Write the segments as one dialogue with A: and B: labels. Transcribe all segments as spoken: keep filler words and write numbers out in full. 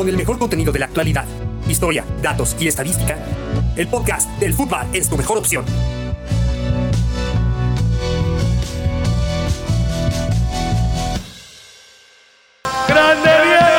A: con el mejor contenido de la actualidad, historia, datos y estadística, el podcast del fútbol es tu mejor opción.
B: ¡Grande Diego!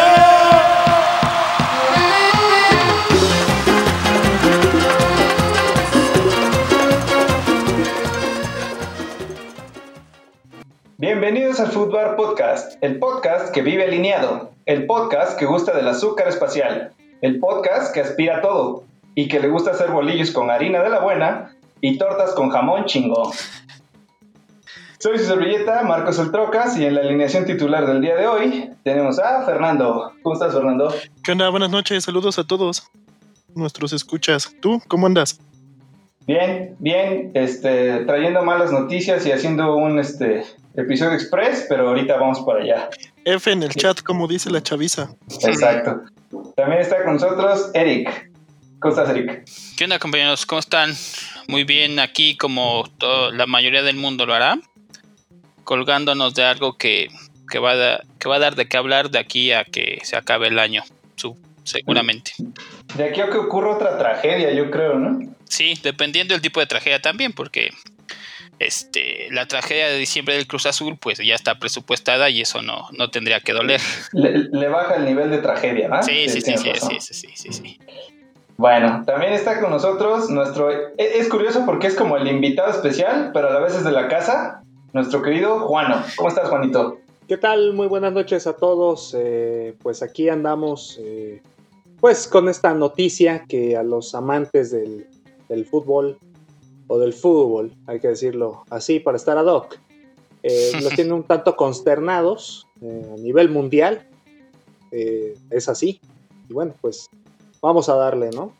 C: Bienvenidos al Fútbol Podcast, el podcast que vive alineado, el podcast que gusta del azúcar espacial, el podcast que aspira a todo y que le gusta hacer bolillos con harina de la buena y tortas con jamón chingón. Soy su servilleta, Marcos El Trocas, y en la alineación titular del día de hoy tenemos a Fernando. ¿Cómo estás, Fernando?
D: ¿Qué onda? Buenas noches, saludos a todos nuestros escuchas. ¿Tú cómo andas?
C: Bien, bien, este, trayendo malas noticias y haciendo un este episodio express, pero ahorita vamos para allá.
D: F en el chat, como dice la chaviza.
C: Exacto. También está con nosotros Eric. ¿Cómo estás, Eric?
E: ¿Qué onda, compañeros? ¿Cómo están? Muy bien, aquí como todo, la mayoría del mundo lo hará, colgándonos de algo que, que, va a da, que va a dar de qué hablar de aquí a que se acabe el año, su, seguramente.
C: De aquí a que ocurra otra tragedia, yo creo, ¿no?
E: Sí, dependiendo del tipo de tragedia también, porque este, la tragedia de diciembre del Cruz Azul pues ya está presupuestada y eso no, no tendría que doler.
C: Le, le baja el nivel de tragedia, ¿no?
E: Sí, sí, sí, sí, sí, sí, sí, sí, sí.
C: Bueno, también está con nosotros nuestro... Es curioso porque es como el invitado especial, pero a la vez es de la casa, nuestro querido Juano. ¿Cómo estás, Juanito?
F: ¿Qué tal? Muy buenas noches a todos. Eh, pues aquí andamos eh, pues con esta noticia que a los amantes del, del fútbol o del fútbol, hay que decirlo así para estar ad hoc, eh, los tiene un tanto consternados eh, a nivel mundial. Eh, es así. Y bueno, pues vamos a darle, ¿no?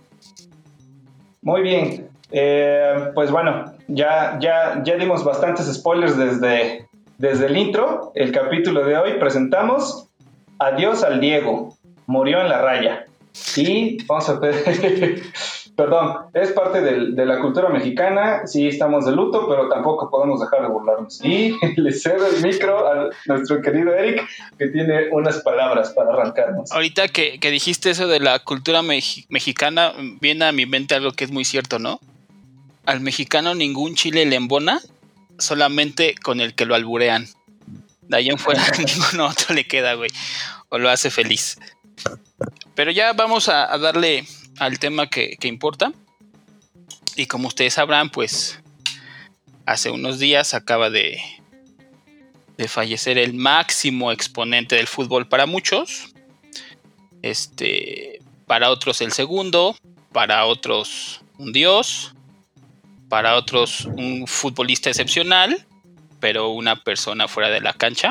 C: Muy bien. Eh, pues bueno, ya, ya, ya dimos bastantes spoilers desde, desde el intro. El capítulo de hoy presentamos Adiós al Diego. Murió en la raya. Y vamos a ver... Perdón, es parte del, de la cultura mexicana. Sí, estamos de luto, pero tampoco podemos dejar de burlarnos. Y le cedo el micro a nuestro querido Eric, que tiene unas palabras para arrancarnos.
E: Ahorita que, que dijiste eso de la cultura me- mexicana, viene a mi mente algo que es muy cierto, ¿no? Al mexicano ningún chile le embona, solamente con el que lo alburean. De ahí en fuera ningún otro le queda, güey. O lo hace feliz. Pero ya vamos a, a darle al tema que, que importa. Y como ustedes sabrán, pues hace unos días acaba de, de fallecer el máximo exponente del fútbol para muchos. Este, para otros el segundo, para otros un dios, para otros un futbolista excepcional, pero una persona fuera de la cancha.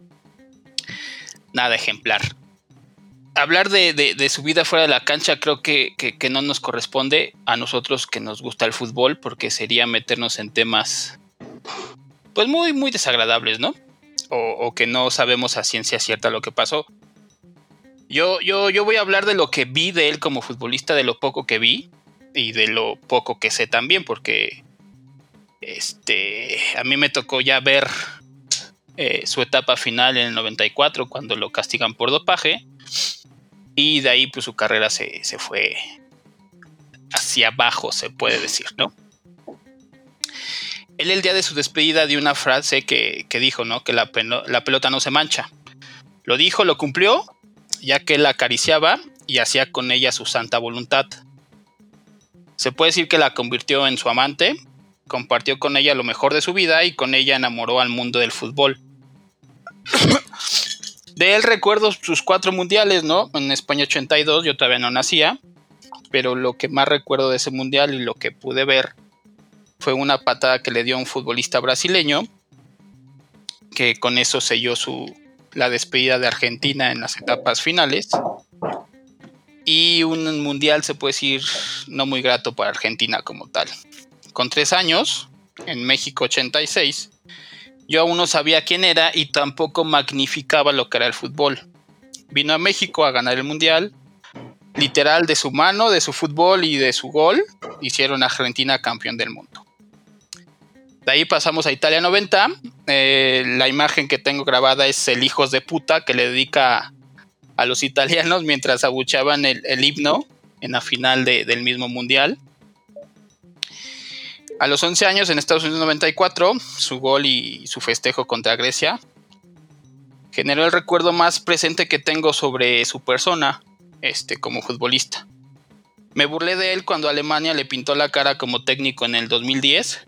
E: Nada ejemplar. Hablar de, de, de su vida fuera de la cancha creo que, que, que no nos corresponde a nosotros que nos gusta el fútbol, porque sería meternos en temas pues muy, muy desagradables, ¿no? O, o que no sabemos a ciencia cierta lo que pasó. Yo, yo, yo voy a hablar de lo que vi de él como futbolista, de lo poco que vi y de lo poco que sé también, porque este, a mí me tocó ya ver eh, su etapa final en el noventa y cuatro cuando lo castigan por dopaje. Y de ahí pues su carrera se, se fue hacia abajo, se puede decir, ¿no? Él el día de su despedida dio una frase que, que dijo, ¿no? Que la, pelo, la pelota no se mancha. Lo dijo, lo cumplió, ya que él la acariciaba y hacía con ella su santa voluntad. Se puede decir que la convirtió en su amante, compartió con ella lo mejor de su vida y con ella enamoró al mundo del fútbol. De él recuerdo sus cuatro mundiales, ¿no? En España ochenta y dos, yo todavía no nacía, pero lo que más recuerdo de ese mundial y lo que pude ver fue una patada que le dio a un futbolista brasileño, que con eso selló su, la despedida de Argentina en las etapas finales, y un mundial, se puede decir, no muy grato para Argentina como tal. Con tres años, en México ochenta y seis, yo aún no sabía quién era y tampoco magnificaba lo que era el fútbol. Vino a México a ganar el mundial. Literal, de su mano, de su fútbol y de su gol, hicieron a Argentina campeón del mundo. De ahí pasamos a Italia noventa. Eh, la imagen que tengo grabada es el hijos de puta que le dedica a los italianos mientras abuchaban el, el himno en la final de, del mismo mundial. A los once años, en Estados Unidos noventa y cuatro, su gol y su festejo contra Grecia generó el recuerdo más presente que tengo sobre su persona, este, como futbolista. Me burlé de él cuando Alemania le pintó la cara como técnico en el dos mil diez.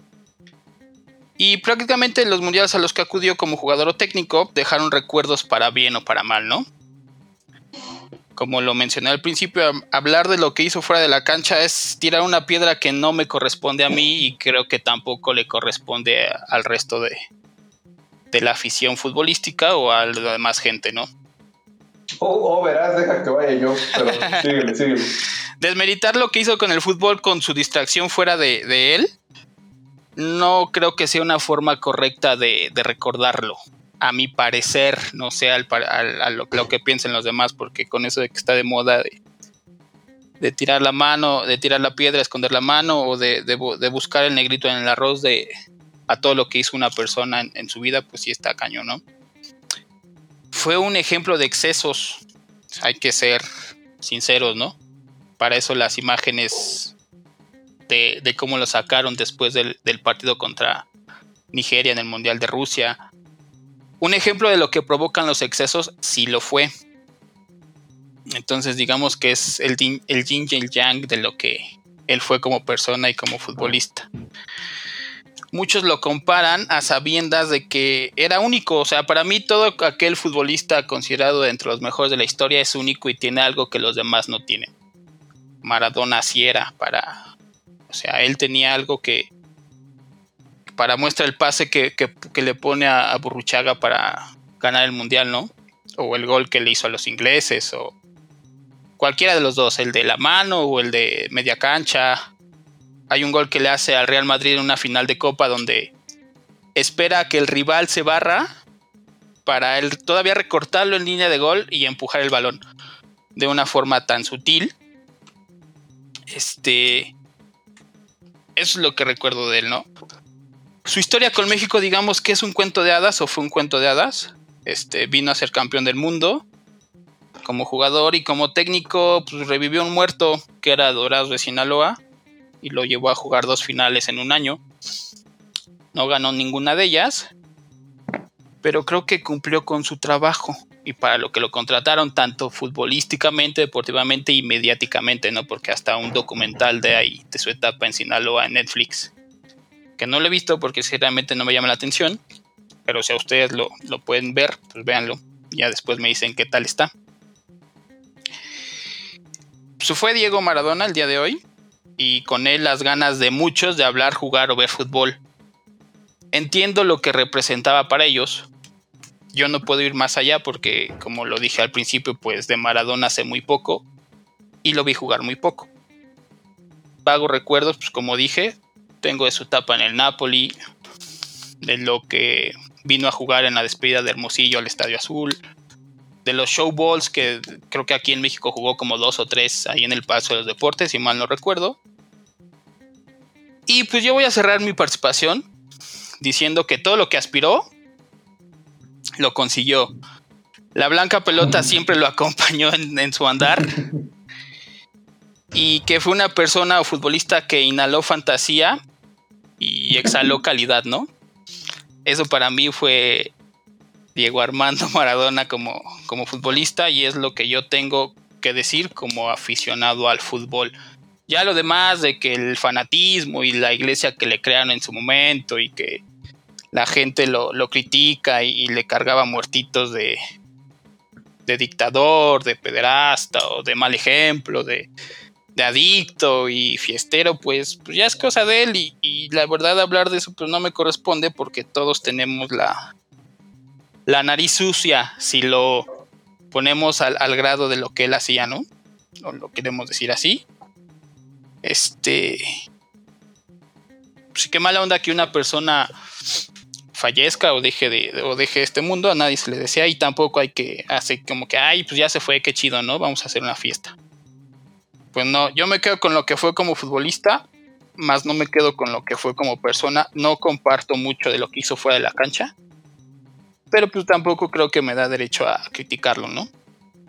E: Y prácticamente los mundiales a los que acudió como jugador o técnico dejaron recuerdos para bien o para mal, ¿no? Como lo mencioné al principio, hablar de lo que hizo fuera de la cancha es tirar una piedra que no me corresponde a mí y creo que tampoco le corresponde al resto de, de la afición futbolística o a la demás gente, ¿no?
C: Oh, oh, verás, deja que vaya yo, pero síguele, síguele.
E: Desmeritar lo que hizo con el fútbol con su distracción fuera de, de él, no creo que sea una forma correcta de, de recordarlo. A mi parecer, no sé al, al, a lo, lo que piensen los demás, porque con eso de que está de moda de, de tirar la mano, de tirar la piedra, esconder la mano, o de, de, de buscar el negrito en el arroz de a todo lo que hizo una persona en, en su vida, pues sí está cañón, ¿no? Fue un ejemplo de excesos, hay que ser sinceros, ¿no? Para eso las imágenes de, de cómo lo sacaron después del, del partido contra Nigeria en el Mundial de Rusia. Un ejemplo de lo que provocan los excesos, sí lo fue. Entonces digamos que es el, el yin y el yang de lo que él fue como persona y como futbolista. Muchos lo comparan a sabiendas de que era único. O sea, para mí todo aquel futbolista considerado entre los mejores de la historia es único y tiene algo que los demás no tienen. Maradona sí era para... O sea, él tenía algo que... Para muestra el pase que, que, que le pone a, a Burruchaga para ganar el mundial, ¿no? O el gol que le hizo a los ingleses, o cualquiera de los dos, el de la mano o el de media cancha. Hay un gol que le hace al Real Madrid en una final de Copa donde espera a que el rival se barra para él todavía recortarlo en línea de gol y empujar el balón de una forma tan sutil. Este, eso es lo que recuerdo de él, ¿no? Su historia con México, digamos que es un cuento de hadas o fue un cuento de hadas. Este, vino a ser campeón del mundo como jugador y como técnico, pues revivió un muerto que era Dorados de Sinaloa y lo llevó a jugar dos finales en un año. No ganó ninguna de ellas, pero creo que cumplió con su trabajo y para lo que lo contrataron tanto futbolísticamente, deportivamente y mediáticamente, ¿no? Porque hasta un documental de ahí, de su etapa en Sinaloa en Netflix, que no lo he visto porque sinceramente no me llama la atención, pero si a ustedes lo, lo pueden ver, pues véanlo, ya después me dicen qué tal está. Se fue Diego Maradona el día de hoy, y con él las ganas de muchos de hablar, jugar o ver fútbol. Entiendo lo que representaba para ellos, yo no puedo ir más allá porque, como lo dije al principio, pues de Maradona sé muy poco, y lo vi jugar muy poco. Vago recuerdos, pues como dije, tengo de su etapa en el Napoli, de lo que vino a jugar en la despedida de Hermosillo al Estadio Azul, de los show balls que creo que aquí en México jugó como dos o tres ahí en el Paso de los Deportes, si mal no recuerdo. Y pues yo voy a cerrar mi participación diciendo que todo lo que aspiró lo consiguió. La blanca pelota siempre lo acompañó en, en su andar. Y que fue una persona o futbolista que inhaló fantasía y exhaló calidad, ¿no? Eso para mí fue Diego Armando Maradona como, como futbolista, y es lo que yo tengo que decir como aficionado al fútbol. Ya lo demás de que el fanatismo y la iglesia que le crearon en su momento y que la gente lo, lo critica y, y le cargaba muertitos de, de dictador, de pederasta o de mal ejemplo, de... de adicto y fiestero, pues, pues ya es cosa de él y, y la verdad hablar de eso pues no me corresponde porque todos tenemos la, la nariz sucia si lo ponemos al, al grado de lo que él hacía, ¿no? O lo queremos decir así. Este... Pues qué mala onda que una persona fallezca o deje, de, o deje este mundo, a nadie se le desea y tampoco hay que hacer como que, ay, pues ya se fue, qué chido, ¿no? Vamos a hacer una fiesta. Pues no, yo me quedo con lo que fue como futbolista, más no me quedo con lo que fue como persona. No comparto mucho de lo que hizo fuera de la cancha, pero pues tampoco creo que me da derecho a criticarlo, ¿no?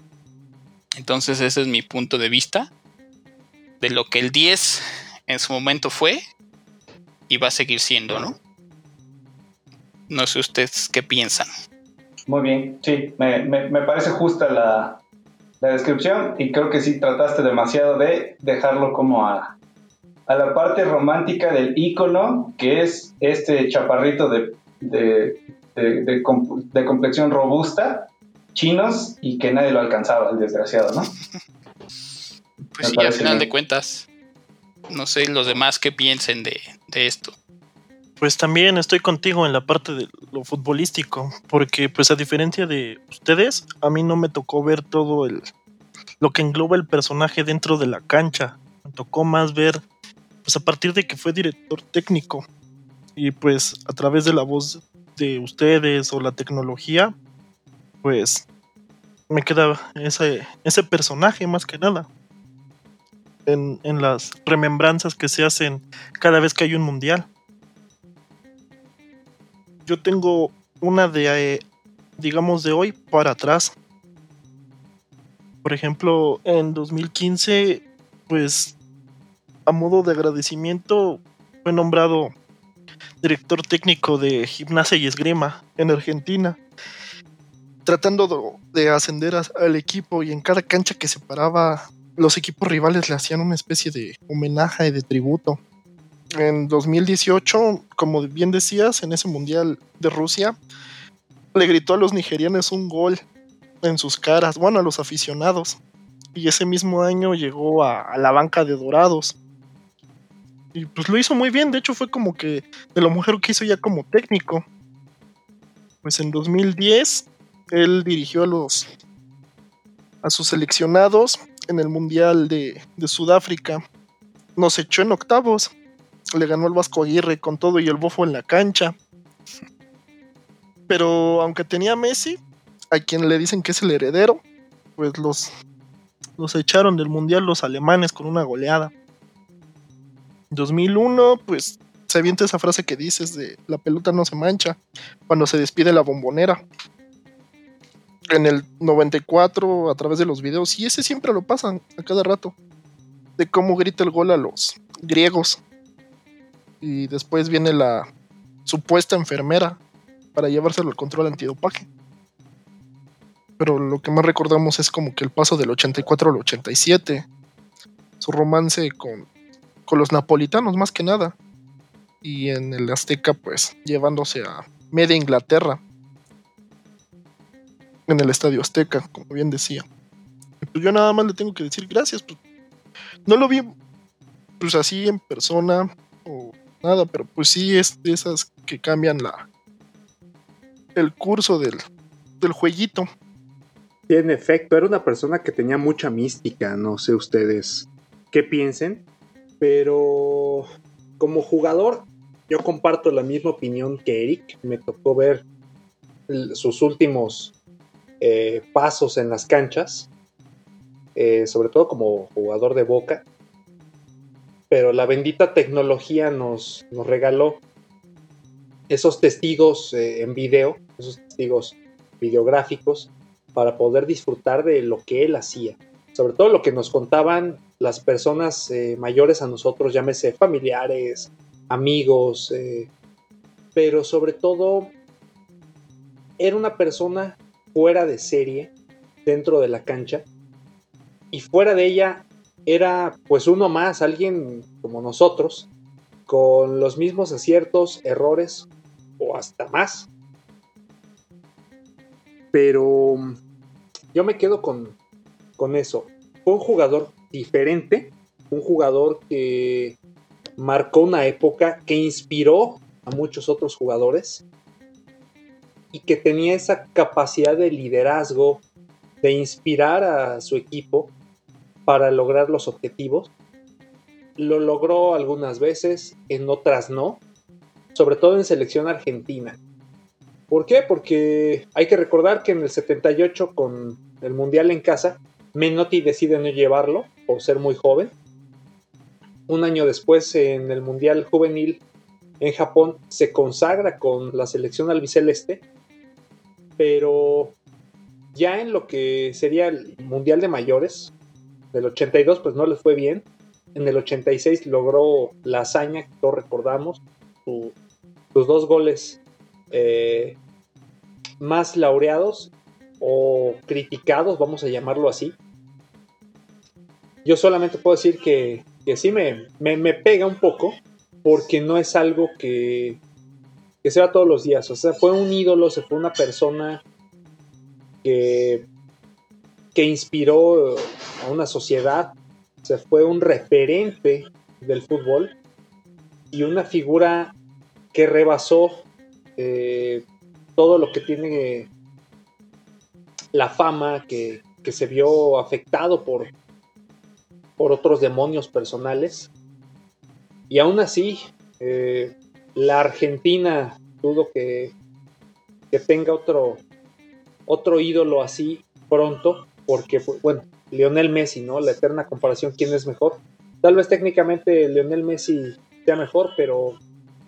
E: Entonces ese es mi punto de vista de lo que el diez en su momento fue y va a seguir siendo, ¿no? No sé ustedes qué piensan.
C: Muy bien, sí, me, me, me parece justa la, la descripción y creo que sí trataste demasiado de dejarlo como a, a la parte romántica del ícono, que es este chaparrito de, de, de, de, comp- de complexión robusta, chinos, y que nadie lo alcanzaba, el desgraciado, ¿no?
E: Pues
C: Me
E: sí, al
C: parece
E: final
C: bien.
E: de cuentas, no sé los demás qué piensen de, de esto.
D: Pues también estoy contigo en la parte de lo futbolístico, porque pues a diferencia de ustedes, a mí no me tocó ver todo el lo que engloba el personaje dentro de la cancha. Me tocó más ver, pues a partir de que fue director técnico y pues a través de la voz de ustedes o la tecnología, pues me queda ese, ese personaje más que nada. En, en las remembranzas que se hacen cada vez que hay un mundial. Yo tengo una de, eh, digamos, de hoy para atrás. Por ejemplo, en dos mil quince, pues, a modo de agradecimiento, fue nombrado director técnico de Gimnasia y Esgrima en Argentina, tratando de, de ascender a- al equipo, y en cada cancha que se paraba, los equipos rivales le hacían una especie de homenaje y de tributo. En dos mil dieciocho, como bien decías, en ese mundial de Rusia, le gritó a los nigerianos un gol en sus caras, bueno, a los aficionados. Y ese mismo año llegó a, a la banca de Dorados. Y pues lo hizo muy bien, de hecho fue como que de lo mejor que hizo ya como técnico. Pues en dos mil diez, él dirigió a los a sus seleccionados en el mundial de, de Sudáfrica. Nos echó en octavos. Le ganó el Vasco Aguirre con todo y el bofo en la cancha. Pero aunque tenía a Messi, a quien le dicen que es el heredero, pues los, los echaron del mundial los alemanes con una goleada. En dos mil uno, pues se avienta esa frase que dices de la pelota no se mancha cuando se despide la Bombonera. En el noventa y cuatro, a través de los videos, y ese siempre lo pasan a cada rato, de cómo grita el gol a los griegos. Y después viene la supuesta enfermera para llevárselo al control antidopaje. Pero lo que más recordamos es como que el paso del ochenta y cuatro al ochenta y siete, su romance con, con los napolitanos más que nada, y en el Azteca pues llevándose a media Inglaterra en el Estadio Azteca, como bien decía. Y pues yo nada más le tengo que decir gracias, pues no lo vi pues así en persona o nada, pero pues sí es de esas que cambian la el curso del, del jueguito.
F: Sí, en efecto, era una persona que tenía mucha mística, no sé ustedes qué piensen, pero como jugador yo comparto la misma opinión que Eric. Me tocó ver l- sus últimos eh, pasos en las canchas, eh, sobre todo como jugador de Boca, pero la bendita tecnología nos, nos regaló esos testigos eh, en video, esos testigos videográficos, para poder disfrutar de lo que él hacía. Sobre todo lo que nos contaban las personas eh, mayores a nosotros, llámese familiares, amigos, eh, pero sobre todo era una persona fuera de serie dentro de la cancha, y fuera de ella era pues uno más, alguien como nosotros, con los mismos aciertos, errores o hasta más. Pero yo me quedo con, con eso. Fue un jugador diferente, un jugador que marcó una época, que inspiró a muchos otros jugadores y que tenía esa capacidad de liderazgo, de inspirar a su equipo para lograr los objetivos. Lo logró algunas veces, en otras no, sobre todo en selección argentina. ¿Por qué? Porque hay que recordar que en el setenta y ocho, con el Mundial en casa, Menotti decide no llevarlo por ser muy joven. Un año después, en el Mundial Juvenil en Japón, se consagra con la selección albiceleste, pero ya en lo que sería el Mundial de Mayores, del ochenta y dos, pues no les fue bien. En el ochenta y seis logró la hazaña que todos recordamos, su, sus dos goles eh, más laureados o criticados, vamos a llamarlo así. Yo solamente puedo decir que, que sí me, me, me pega un poco, porque no es algo que, que se va todos los días. O sea, fue un ídolo, se fue una persona que, que inspiró a una sociedad, se fue un referente del fútbol y una figura que rebasó eh, todo lo que tiene la fama, que, que se vio afectado por, por otros demonios personales. Y aún así, eh, la Argentina dudo que, que tenga otro, otro ídolo así pronto, porque, bueno, Lionel Messi, ¿no? La eterna comparación, ¿quién es mejor? Tal vez técnicamente Lionel Messi sea mejor, pero,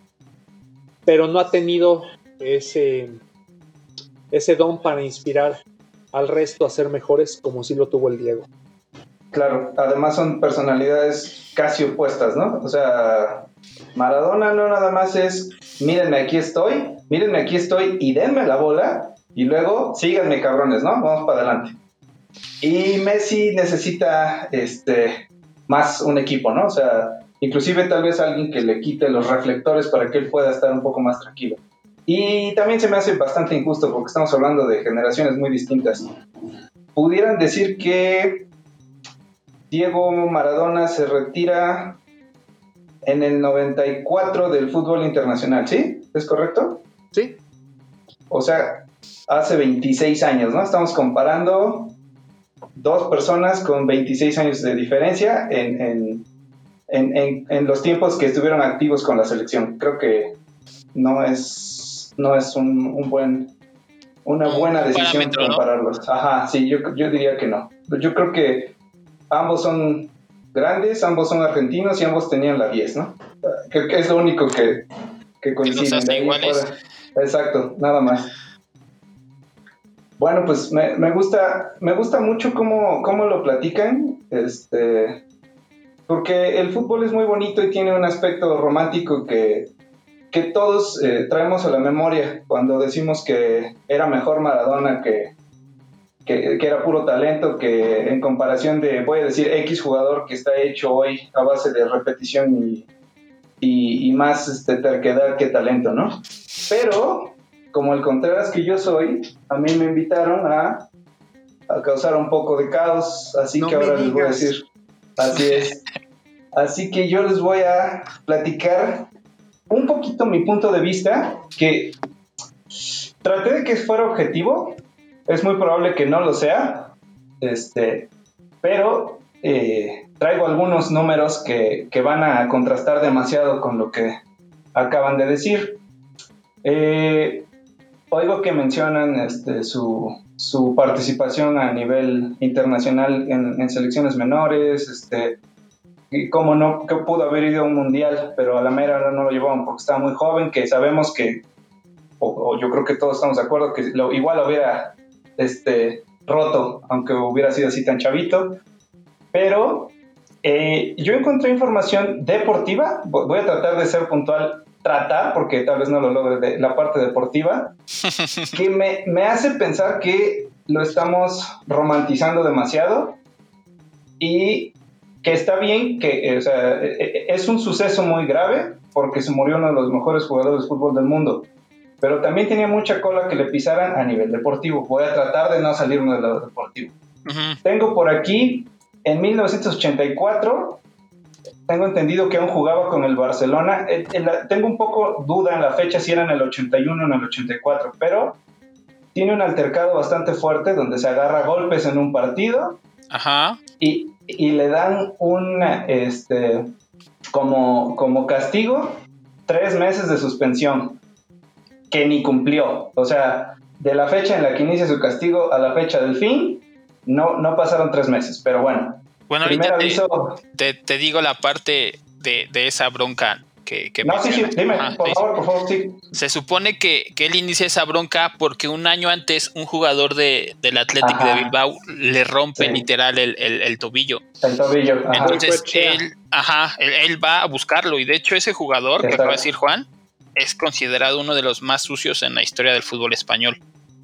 F: pero no ha tenido ese, ese don para inspirar al resto a ser mejores como sí lo tuvo el Diego.
C: Claro, además son personalidades casi opuestas, ¿no? O sea, Maradona no nada más es, mírenme aquí estoy, mírenme aquí estoy y denme la bola y luego síganme cabrones, ¿no? Vamos para adelante. Y Messi necesita este, más un equipo, ¿no? O sea, inclusive tal vez alguien que le quite los reflectores para que él pueda estar un poco más tranquilo. Y también se me hace bastante injusto porque estamos hablando de generaciones muy distintas. Pudieran decir que Diego Maradona se retira en el noventa y cuatro del fútbol internacional, ¿sí? ¿Es correcto?
F: Sí.
C: O sea, hace veintiséis años, ¿no? Estamos comparando dos personas con veintiséis años de diferencia en, en, en, en, en los tiempos que estuvieron activos con la selección. Creo que no es, no es un, un buen, una buena decisión compararlos. ¿No? Ajá, sí, yo, yo diría que no. Yo creo que ambos son grandes, ambos son argentinos y ambos tenían la diez, ¿no? Creo que es lo único que, que coincide.
E: Que los hace iguales.
C: Exacto, nada más. Bueno, pues me, me gusta me gusta mucho cómo, cómo lo platican, este, porque el fútbol es muy bonito y tiene un aspecto romántico que, que todos eh, traemos a la memoria cuando decimos que era mejor Maradona que... Que, que era puro talento, que en comparación de, voy a decir, X jugador que está hecho hoy a base de repetición y, y, y más este, terquedad que talento, ¿no? Pero, como el Contreras que yo soy, a mí me invitaron a, a causar un poco de caos, así no que ahora digas. Les voy a decir, así es. Así que yo les voy a platicar un poquito mi punto de vista, que traté de que fuera objetivo. Es muy probable que no lo sea, este, pero eh, traigo algunos números que, que van a contrastar demasiado con lo que acaban de decir. Eh, oigo que mencionan este, su, su participación a nivel internacional en, en selecciones menores, este, y cómo no, que pudo haber ido a un mundial, pero a la mera hora no lo llevaban porque estaba muy joven, que sabemos que, o, o yo creo que todos estamos de acuerdo, que lo, igual lo hubiera... Este, roto, aunque hubiera sido así tan chavito, pero eh, yo encontré información deportiva, voy a tratar de ser puntual, tratar, porque tal vez no lo logre, de la parte deportiva, que me, me hace pensar que lo estamos romantizando demasiado y que está bien, que eh, o sea, es un suceso muy grave porque se murió uno de los mejores jugadores de fútbol del mundo, pero también tenía mucha cola que le pisaran a nivel deportivo. Voy a tratar de no salirme del lado deportivo. Uh-huh. Tengo por aquí, en mil novecientos ochenta y cuatro, tengo entendido que aún jugaba con el Barcelona. El, el, tengo un poco duda en la fecha si era en el ochenta y uno o en el ochenta y cuatro, pero tiene un altercado bastante fuerte donde se agarra golpes en un partido.
E: Ajá.
C: Y, y le dan un, este, como, como castigo, tres meses de suspensión. Que ni cumplió, o sea, de la fecha en la que inicia su castigo a la fecha del fin, no, no pasaron tres meses, pero bueno.
E: Bueno, ahorita te, aviso... te, te digo la parte de, de esa bronca. que, que
C: no, sí, sí, dime,
E: Ajá,
C: por
E: sí,
C: favor,
E: sí.
C: por favor, sí.
E: Se supone que, que él inicia esa bronca porque un año antes un jugador de, del Athletic
C: Ajá.
E: de Bilbao le rompe
C: Sí.
E: literal el, el, el tobillo.
C: El tobillo, ajá.
E: Entonces
F: Goicoechea.
E: él, ajá, él, él va a buscarlo y de hecho ese jugador que
C: Exacto.
E: acaba de decir Juan es considerado uno de los más sucios en la historia del fútbol español.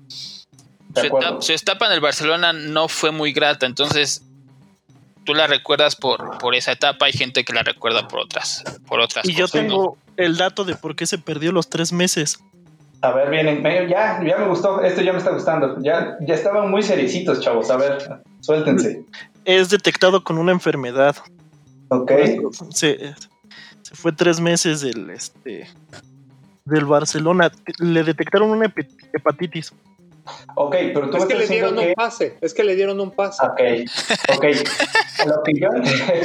C: De
E: Su
C: acuerdo.
E: etapa, su etapa en el Barcelona no fue muy grata, entonces tú la recuerdas por, por esa etapa, hay gente que la recuerda por otras, por otras
D: Y yo
E: cosas, ¿no?
D: tengo el dato de por qué se perdió los tres meses.
C: A ver, bien, ya, ya me gustó, esto ya me está gustando. Ya, ya estaban muy seriecitos, chavos. A ver, suéltense.
D: Es detectado con una enfermedad.
C: Ok.
D: Se, se fue tres meses del, este, del Barcelona. Le detectaron una hep- hepatitis.
C: Ok, pero tú
F: Es
C: me
F: que le
C: estás
F: dieron
C: diciendo
F: un
C: que...
F: pase, es que le dieron un pase.
C: Ok, ok. Lo que, yo,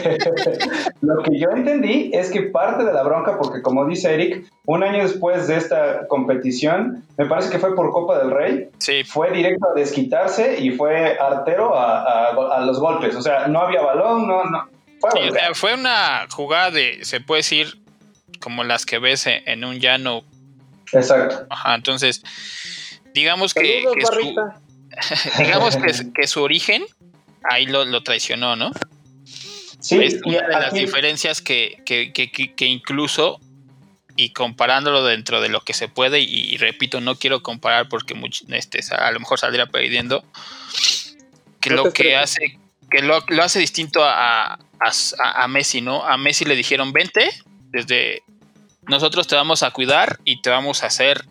C: lo que yo entendí es que parte de la bronca, porque como dice Eric, un año después de esta competición, me parece que fue por Copa del Rey,
E: Sí.
C: fue directo a desquitarse y fue artero a, a, a los golpes. O sea, no había balón, no, no. Fue,
E: Sí, o sea, fue una jugada de, se puede decir, como las que ves en, en un llano.
C: Exacto.
E: Ajá, entonces, digamos que,
F: Saludos,
E: que su,
F: Barrita.
E: digamos que, que su origen ahí lo, lo traicionó, ¿no?
C: Sí,
E: Es
C: y
E: una de las
C: aquí,
E: diferencias que, que, que, que, que incluso, y comparándolo dentro de lo que se puede, y, y repito, no quiero comparar porque much, este, a lo mejor saldría perdiendo, que
F: No
E: lo
F: te
E: que
F: estreses.
E: hace, que lo, lo hace distinto a, a, a Messi, ¿no? A Messi le dijeron, vente, desde nosotros te vamos a cuidar y te vamos a hacer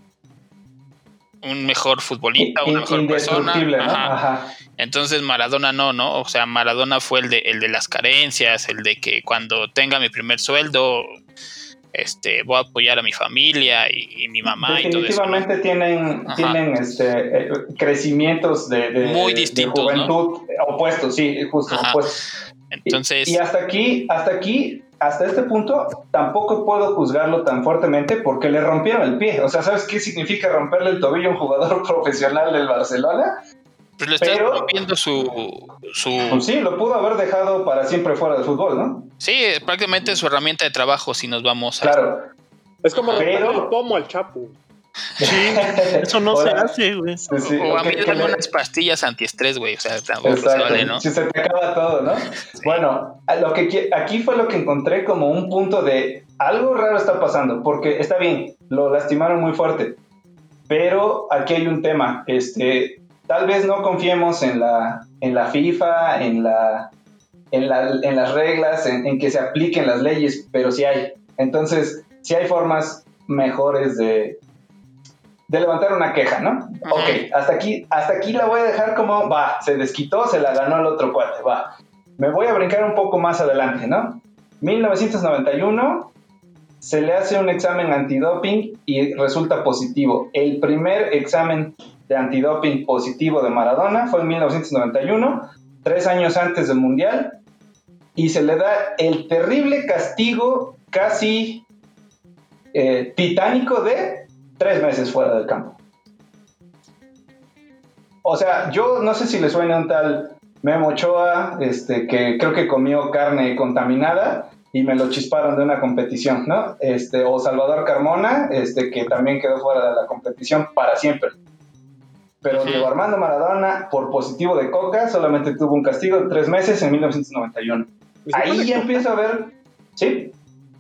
E: un mejor futbolista, una mejor persona.
C: indestructible, ¿no?
E: Ajá.
C: Ajá.
E: Entonces Maradona no, ¿no? O sea, Maradona fue el de, el de las carencias, el de que cuando tenga mi primer sueldo, este, voy a apoyar a mi familia y, y mi mamá y todo eso, ¿no?
C: Definitivamente tienen,
E: Ajá.
C: tienen este, eh, crecimientos de, de,
E: Muy
C: de
E: distintos,
C: juventud, ¿no? Opuestos, sí, justo,
E: Ajá.
C: opuestos.
E: Entonces,
C: Y, y hasta aquí, hasta aquí, hasta este punto, tampoco puedo juzgarlo tan fuertemente porque le rompieron el pie. O sea, ¿sabes qué significa romperle el tobillo a un jugador profesional del Barcelona?
E: pues le estás
C: pero-
E: rompiendo su, su
C: Pues sí, lo pudo haber dejado para siempre fuera del fútbol, ¿no?
E: sí, prácticamente su herramienta de trabajo si nos vamos a
C: Claro.
F: Es como
C: Pero-
F: romperle el pomo al Chapo.
D: Sí, eso no se
C: Hola.
D: hace, güey.
C: Sí, sí,
E: o a
C: que-
E: mí
C: que
E: dame
C: le-
E: unas pastillas antiestrés, güey, o sea, tampoco se
C: Exacto,
E: vale, ¿no?
C: si se te acaba todo, ¿no? Bueno, a lo que qui- aquí fue lo que encontré como un punto de algo raro está pasando, porque está bien, lo lastimaron muy fuerte, pero aquí hay un tema, este, tal vez no confiemos en la, en la FIFA, en, la, en, la, en las reglas, en, en que se apliquen las leyes, pero sí hay. Entonces, sí hay formas mejores de, de levantar una queja, ¿no?
E: Ajá.
C: Ok, hasta aquí, hasta aquí la voy a dejar como, va, se desquitó, se la ganó el otro cuate, va. Me voy a brincar un poco más adelante, ¿no? mil novecientos noventa y uno se le hace un examen antidoping y resulta positivo. El primer examen de antidoping positivo de Maradona fue en mil novecientos noventa y uno, tres años antes del Mundial, y se le da el terrible castigo casi eh, titánico de tres meses fuera del campo. O sea, yo no sé si le suena un tal Memo Ochoa, este, que creo que comió carne contaminada y me lo chisparon de una competición, ¿no? Este, o Salvador Carmona, este, que también quedó fuera de la competición para siempre. Pero
E: Ujú.
C: Diego Armando Maradona, por positivo de coca, solamente tuvo un castigo de tres meses en mil novecientos noventa y uno.
F: ¿Y se
C: Ahí
F: pone
C: ya
F: coca?
C: empiezo a ver, ¿sí?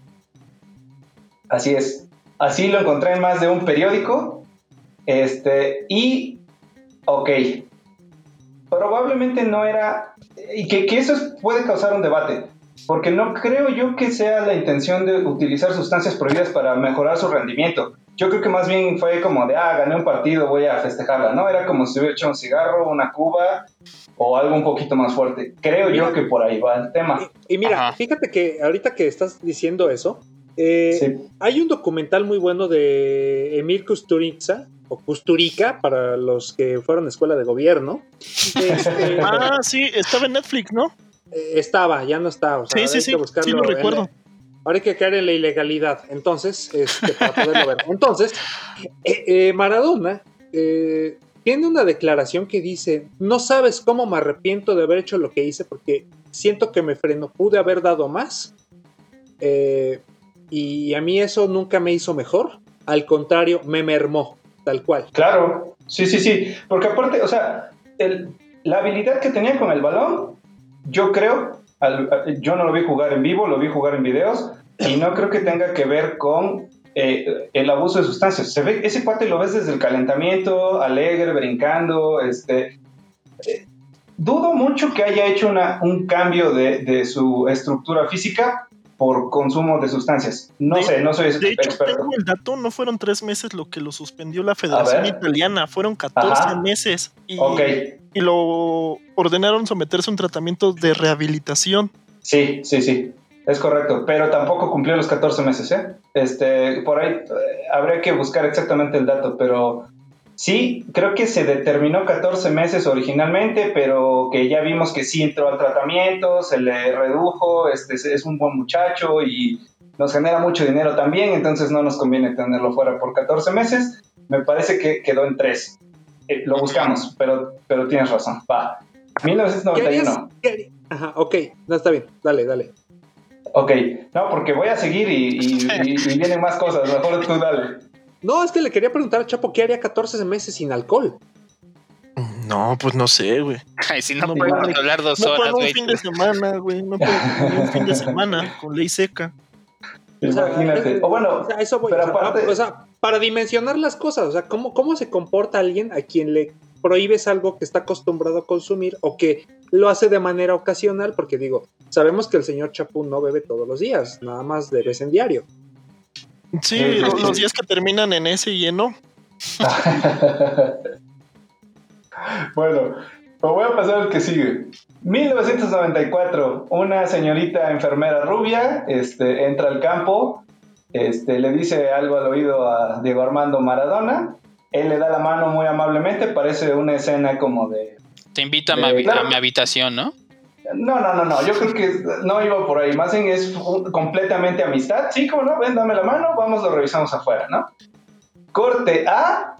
C: Así es. Así lo encontré en más de un periódico. Este, y, ok, probablemente no era, y que, que eso es- puede causar un debate, porque no creo yo que sea la intención de utilizar sustancias prohibidas para mejorar su rendimiento. Yo creo que más bien fue como de, ah, gané un partido, voy a festejarla, ¿no? Era como si hubiera hecho un cigarro, una cuba o algo un poquito más fuerte. Creo yo
F: Mira.
C: que por ahí va el tema.
F: Y, y mira,
E: Ajá.
F: fíjate que ahorita que estás diciendo eso, eh,
C: Sí.
F: hay un documental muy bueno de Emil Kusturica, o Kusturica, para los que fueron a escuela de gobierno. Este,
D: Ah, sí, estaba en Netflix, ¿no?
F: eh, estaba, ya no está. O sea,
D: Sí,
F: ahora
D: sí,
F: hay
D: sí,
F: que buscarlo
D: sí lo
F: en-
D: recuerdo.
F: Ahora hay que caer en la ilegalidad, entonces, este, para poderlo ver. Entonces, eh, eh, Maradona eh, tiene una declaración que dice, no sabes cómo me arrepiento de haber hecho lo que hice porque siento que me frenó, pude haber dado más, eh, y a mí eso nunca me hizo mejor, al contrario, me mermó, tal cual.
C: Claro, sí, sí, sí, porque aparte, o sea, el, la habilidad que tenía con el balón, yo creo, al, yo no lo vi jugar en vivo, lo vi jugar en videos, y no creo que tenga que ver con eh, el abuso de sustancias. Se ve, ese cuate lo ves desde el calentamiento, alegre, brincando, este... Eh, dudo mucho que haya hecho una, un cambio de, de su estructura física por consumo de sustancias. No
D: de,
C: sé, no soy
D: de
C: experto.
D: hecho, tengo el dato, no fueron tres meses lo que lo suspendió la Federación Italiana, fueron catorce
C: Ajá.
D: meses. Y,
C: okay.
D: y lo ordenaron someterse a un tratamiento de rehabilitación.
C: Sí, sí, sí, es correcto, pero tampoco cumplió los catorce meses, ¿eh? Este, por ahí eh, habría que buscar exactamente el dato, pero... Sí, creo que se determinó catorce meses originalmente, pero que ya vimos que sí entró al tratamiento, se le redujo, este es un buen muchacho y nos genera mucho dinero también, entonces no nos conviene tenerlo fuera por catorce meses. Me parece que quedó en tres. Eh, lo buscamos, pero, pero tienes razón. Va. mil novecientos noventa y uno.
F: ¿Qué harías? ¿Qué harías? Ajá, ok, no, está bien, dale, dale.
C: Ok, no, porque voy a seguir y, y, y, y vienen más cosas, mejor tú dale.
F: No, es que le quería preguntar a Chapo qué haría catorce meses sin alcohol.
D: No, pues no sé, güey.
E: Ay, si no,
D: No
E: podemos
D: puedo-
E: hablar dos
D: No
E: horas,
D: puedo un
E: güey.
D: fin de semana, güey. No puedo un fin de semana con ley seca.
F: O sea,
C: Imagínate.
F: eh,
C: O bueno,
F: o sea, eso voy,
C: pero
F: o sea,
C: aparte...
F: o sea, para dimensionar las cosas, o sea, ¿cómo, cómo se comporta alguien a quien le prohíbes algo que está acostumbrado a consumir o que lo hace de manera ocasional? Porque digo, sabemos que el señor Chapu no bebe todos los días, nada más de vez en diario.
D: Sí,
C: Sí, sí,
D: lo-
C: sí.
D: los días que terminan en ese y en no.
C: Bueno, pues voy a pasar al que sigue. mil novecientos noventa y cuatro, una señorita enfermera rubia este, entra al campo, este, le dice algo al oído a Diego Armando Maradona, él le da la mano muy amablemente, parece una escena como de...
E: Te invito a,
C: de-
E: mi, habi-
C: claro.
E: a mi habitación, ¿no?
C: No, no, no, no, yo creo que no iba por ahí, más bien es un- completamente amistad, sí, como no, ven, dame la mano, vamos, lo revisamos afuera, ¿no? Corte A,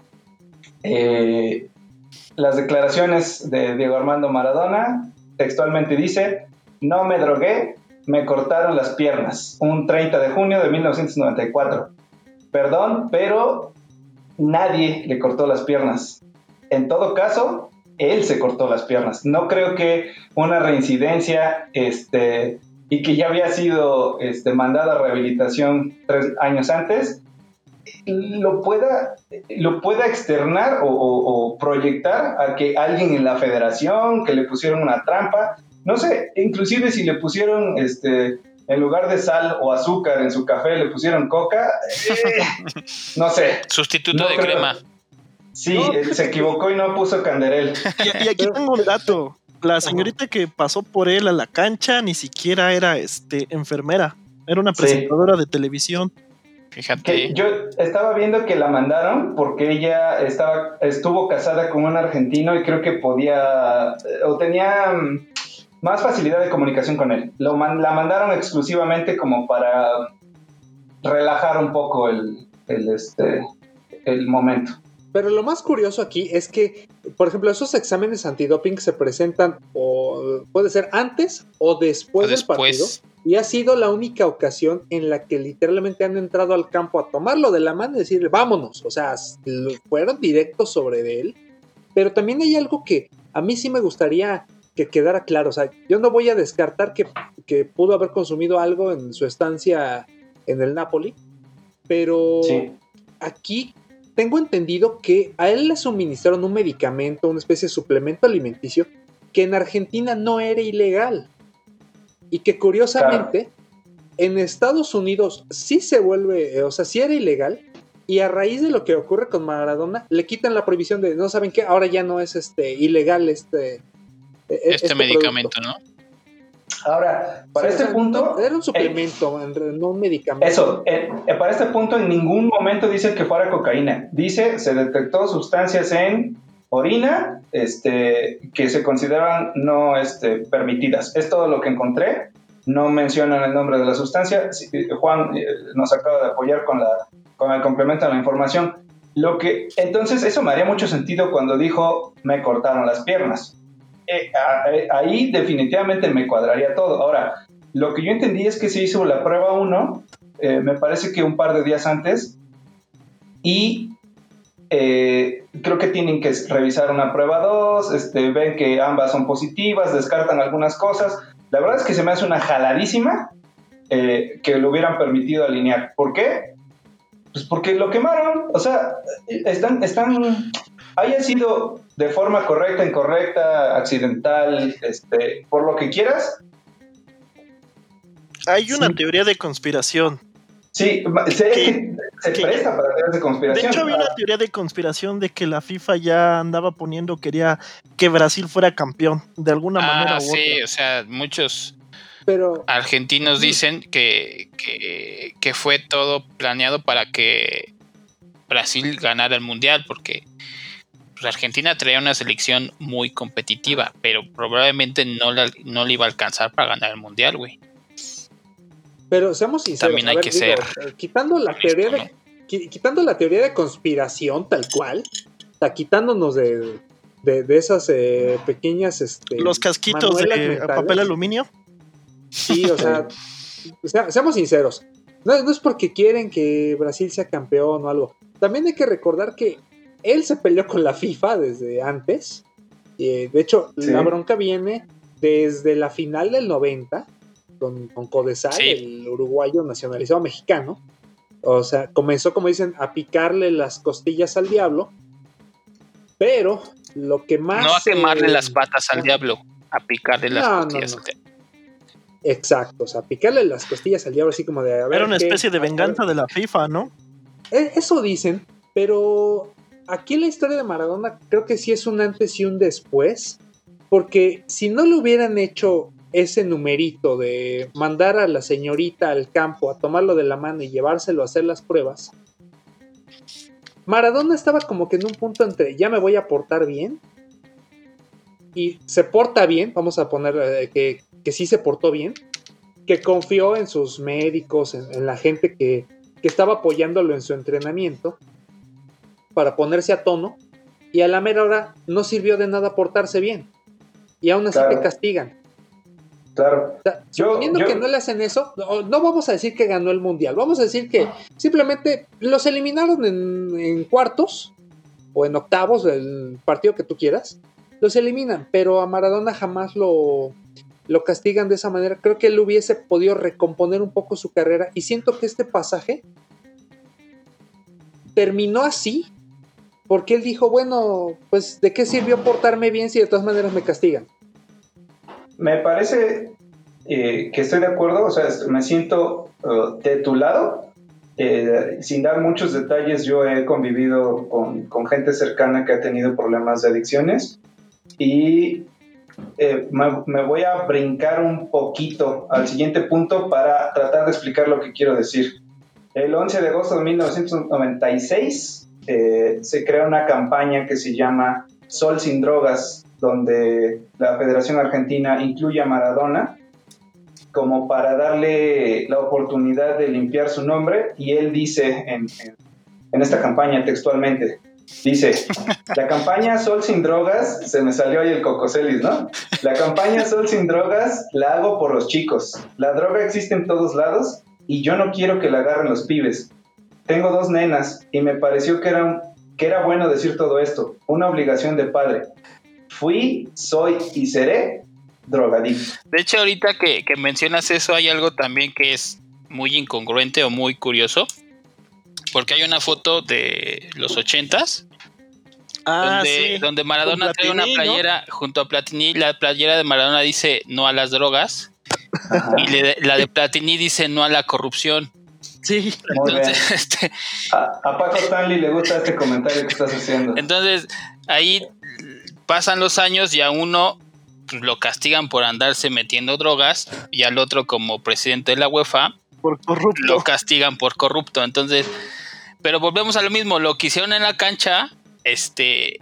C: eh, las declaraciones de Diego Armando Maradona, textualmente dice, no me drogué, me cortaron las piernas, un treinta de junio de mil novecientos noventa y cuatro. Perdón, pero nadie le cortó las piernas. En todo caso, él se cortó las piernas. No creo que una reincidencia este, y que ya había sido este, mandada a rehabilitación tres años antes, lo pueda, lo pueda externar o, o, o proyectar a que alguien en la federación, que le pusieron una trampa, no sé, inclusive si le pusieron, este, en lugar de sal o azúcar en su café, le pusieron coca, eh, no sé.
E: Sustituto
C: No
E: de
C: creo.
E: crema.
C: Sí, él se equivocó y no puso canderel.
D: Y, y aquí tengo un dato. La señorita que pasó por él a la cancha ni siquiera era este, enfermera. Era una
C: Sí.
D: presentadora de televisión.
E: Fíjate.
C: Que yo estaba viendo que la mandaron porque ella estaba, estuvo casada con un argentino y creo que podía, eh, o tenía mm, más facilidad de comunicación con él. Lo man- la mandaron exclusivamente como para relajar un poco el, el, este, el momento.
F: Pero lo más curioso aquí es que, por ejemplo, esos exámenes antidoping se presentan o puede ser antes o después,
E: O después.
F: del partido. Y ha sido la única ocasión en la que literalmente han entrado al campo a tomarlo de la mano y decirle, vámonos. O sea, lo- fueron directos sobre él. Pero también hay algo que a mí sí me gustaría que quedara claro. O sea, yo no voy a descartar que, que pudo haber consumido algo en su estancia en el Napoli. Pero
C: Sí.
F: aquí tengo entendido que a él le suministraron un medicamento, una especie de suplemento alimenticio, que en Argentina no era ilegal. Y que curiosamente, en Estados Unidos sí se vuelve, eh, o sea, sí era ilegal. Y a raíz de lo que ocurre con Maradona, le quitan la prohibición de, no saben qué, ahora ya no es este ilegal este, eh,
E: Este medicamento, ¿no?
C: Ahora, para
F: Sí,
C: este
F: o sea,
C: punto...
F: no, era un suplemento, en re- no un medicamento.
C: Eso, eh, eh, para este punto en ningún momento dice que fuera cocaína. Dice, se detectó sustancias en orina este, que se consideran no este, permitidas. Es todo lo que encontré. No mencionan el nombre de la sustancia. Sí, Juan eh, nos acaba de apoyar con, la, con el complemento de la información. Lo que, entonces, eso me haría mucho sentido cuando dijo, me cortaron las piernas. Eh, a, a, ahí definitivamente me cuadraría todo. Ahora, lo que yo entendí es que se hizo la prueba uno eh, me parece que un par de días antes, y eh, creo que tienen que revisar una prueba dos, este, ven que ambas son positivas, descartan algunas cosas. La verdad es que se me hace una jaladísima eh, que lo hubieran permitido alinear. ¿Por qué? Pues porque lo quemaron, o sea, están, están, haya sido de forma correcta, incorrecta, accidental, este, por lo que quieras.
D: Hay una
C: Sí.
D: teoría de conspiración.
C: Sí, se,
D: ¿Qué?
C: se
D: ¿Qué?
C: presta para teorías de
D: De
C: conspiración.
D: hecho, había una teoría de conspiración de que la FIFA ya andaba poniendo, quería que Brasil fuera campeón, de alguna manera
E: Ah,
D: u
E: sí,
D: otra.
E: o sea, muchos
F: Pero
E: argentinos dicen que, que, que fue todo planeado para que Brasil ganara el mundial, porque pues, Argentina traía una selección muy competitiva, pero probablemente no, la, no le iba a alcanzar para ganar el mundial, güey.
F: Pero seamos sinceros,
E: También
F: a
E: hay
F: ver,
E: que
F: digo,
E: ser
F: eh, quitando la
E: honesto,
F: teoría de,
E: ¿no?
F: qui- quitando la teoría de conspiración tal cual, o sea, quitándonos de, de, de esas eh, pequeñas este,
D: Los casquitos
F: manuelas
D: de
F: mentales,
D: papel aluminio.
F: sí, o sea, o sea, seamos sinceros, no, no es porque quieren que Brasil sea campeón o algo, también hay que recordar que él se peleó con la FIFA desde antes, eh, de hecho,
C: Sí.
F: la bronca viene desde la final del noventa, con, con Codesal,
E: Sí.
F: el uruguayo nacionalizado mexicano. O sea, comenzó, como dicen, a picarle las costillas al diablo. Pero lo que más...
E: No a quemarle
F: eh,
E: las patas al diablo, a picarle las
F: No, no,
E: costillas
F: no.
E: al diablo.
F: Exacto, o sea, picarle las costillas al diablo así como de... A ver,
D: Era una
F: ¿qué?
D: especie de
F: A ver,
D: venganza de la FIFA, ¿no?
F: eh, Eso dicen, pero aquí la historia de Maradona creo que sí es un antes y un después. Porque si no le hubieran hecho ese numerito de mandar a la señorita al campo a tomarlo de la mano y llevárselo a hacer las pruebas, Maradona estaba como que en un punto entre ya me voy a portar bien y se porta bien, vamos a poner eh, que, que sí se portó bien, que confió en sus médicos, en, en la gente que, que estaba apoyándolo en su entrenamiento para ponerse a tono, y a la mera hora no sirvió de nada portarse bien y aún así
C: Claro.
F: te castigan.
C: Claro.
F: O sea,
C: Yo-
F: suponiendo
C: yo-
F: que no le hacen eso, no, no vamos a decir que ganó el mundial, vamos a decir que simplemente los eliminaron en, en cuartos o en octavos, el partido que tú quieras, los eliminan, pero a Maradona jamás lo, lo castigan de esa manera. Creo que él hubiese podido recomponer un poco su carrera y siento que este pasaje terminó así porque él dijo, bueno, pues ¿de qué sirvió portarme bien si de todas maneras me castigan?
C: Me parece eh, que estoy de acuerdo, o sea, me siento uh, de tu lado. Eh, sin dar muchos detalles, yo he convivido con, con gente cercana que ha tenido problemas de adicciones y eh, me, me voy a brincar un poquito al siguiente punto para tratar de explicar lo que quiero decir. El once de agosto de mil novecientos noventa y seis eh, se crea una campaña que se llama Sol sin Drogas, donde la Federación Argentina incluye a Maradona como para darle la oportunidad de limpiar su nombre, y él dice en, en, en esta campaña textualmente, dice, la campaña Sol sin Drogas, se me salió ahí el cocoselis, ¿no? La campaña Sol sin Drogas la hago por los chicos, la droga existe en todos lados y yo no quiero que la agarren los pibes. Tengo dos nenas y me pareció que era, un, que era bueno decir todo esto, una obligación de padre. Fui, soy y seré drogadicto.
E: De hecho, ahorita que, que mencionas eso, hay algo también que es muy incongruente o muy curioso, porque hay una foto de los ochentas
D: Ah,
E: donde,
D: sí.
E: donde Maradona
D: Con
E: trae una
D: Platini, ¿no?
E: playera junto a Platini. La playera de Maradona dice no a las drogas y le- la de Platini dice no a la corrupción.
D: Sí.
C: Muy
E: Entonces,
C: bien.
E: este,
C: A, a Paco Stanley le gusta este comentario que estás haciendo.
E: entonces ahí pasan los años y a uno pues, lo castigan por andarse metiendo drogas y al otro como presidente de la UEFA
D: Por corrupto.
E: lo castigan por corrupto. Entonces, pero volvemos a lo mismo, lo que hicieron en la cancha, este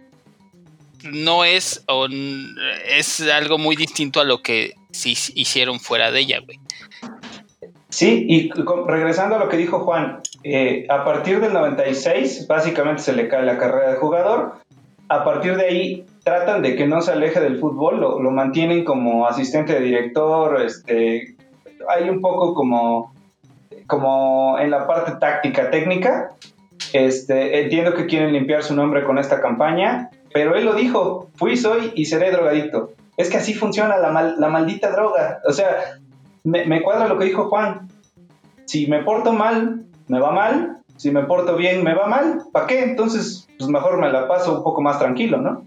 E: no es o n- es algo muy distinto a lo que sí hicieron fuera de ella, güey.
C: Sí, y con- regresando a lo que dijo Juan, eh, a partir del noventa y seis básicamente se le cae la carrera de jugador. A partir de ahí tratan de que no se aleje del fútbol, lo, lo mantienen como asistente de director, este, hay un poco como como en la parte táctica, técnica, este, entiendo que quieren limpiar su nombre con esta campaña, pero él lo dijo, fui, soy y seré drogadicto. Es que así funciona la, mal, la maldita droga. O sea, me, me cuadra lo que dijo Juan. Si me porto mal, me va mal. Si me porto bien, me va mal. ¿Para qué? Entonces, pues mejor me la paso un poco más tranquilo, ¿no?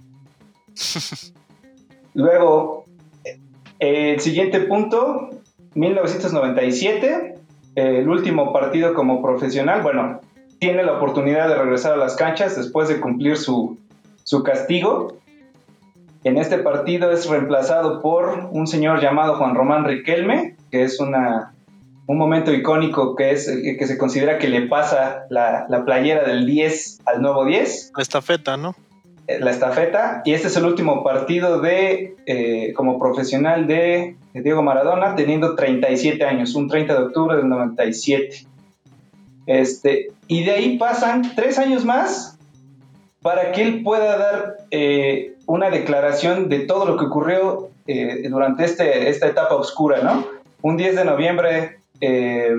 C: Luego, eh, el siguiente punto, mil novecientos noventa y siete, eh, el último partido como profesional. Bueno, tiene la oportunidad de regresar a las canchas después de cumplir su, su castigo. En este partido es reemplazado por un señor llamado Juan Román Riquelme, que es una, un momento icónico que, es, que se considera que le pasa la, la playera del diez al nuevo diez.
D: La estafeta, ¿no?
C: La estafeta, y este es el último partido de eh, como profesional de, de Diego Maradona, teniendo treinta y siete años, un treinta de octubre del noventa y siete. Este, y de ahí pasan tres años más para que él pueda dar eh, una declaración de todo lo que ocurrió eh, durante este, esta etapa oscura, ¿no? Un diez de noviembre eh,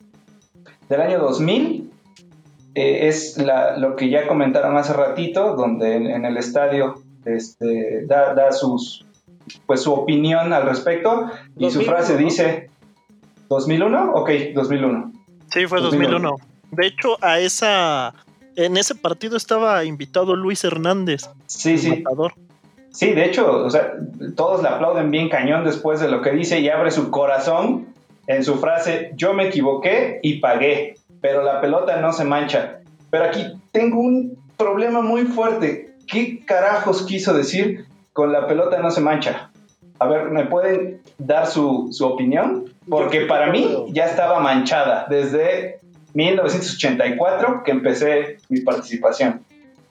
C: del año dos mil, eh, es la, lo que ya comentaron hace ratito, donde en, en el estadio este, da, da sus, pues, su opinión al respecto, y dos mil uno, su frase, ¿no? Dice, ¿dos mil uno? Ok, dos mil uno.
D: Sí, fue dos mil uno. De hecho, a esa, en ese partido estaba invitado Luis Hernández.
C: Sí, sí. Matador. Sí, de hecho, o sea, todos le aplauden bien cañón después de lo que dice y abre su corazón en su frase, yo me equivoqué y pagué, pero la pelota no se mancha. Pero aquí tengo un problema muy fuerte. ¿Qué carajos quiso decir con la pelota no se mancha? A ver, ¿me pueden dar su, su opinión? Porque para mí ya estaba manchada desde mil novecientos ochenta y cuatro que empecé mi participación.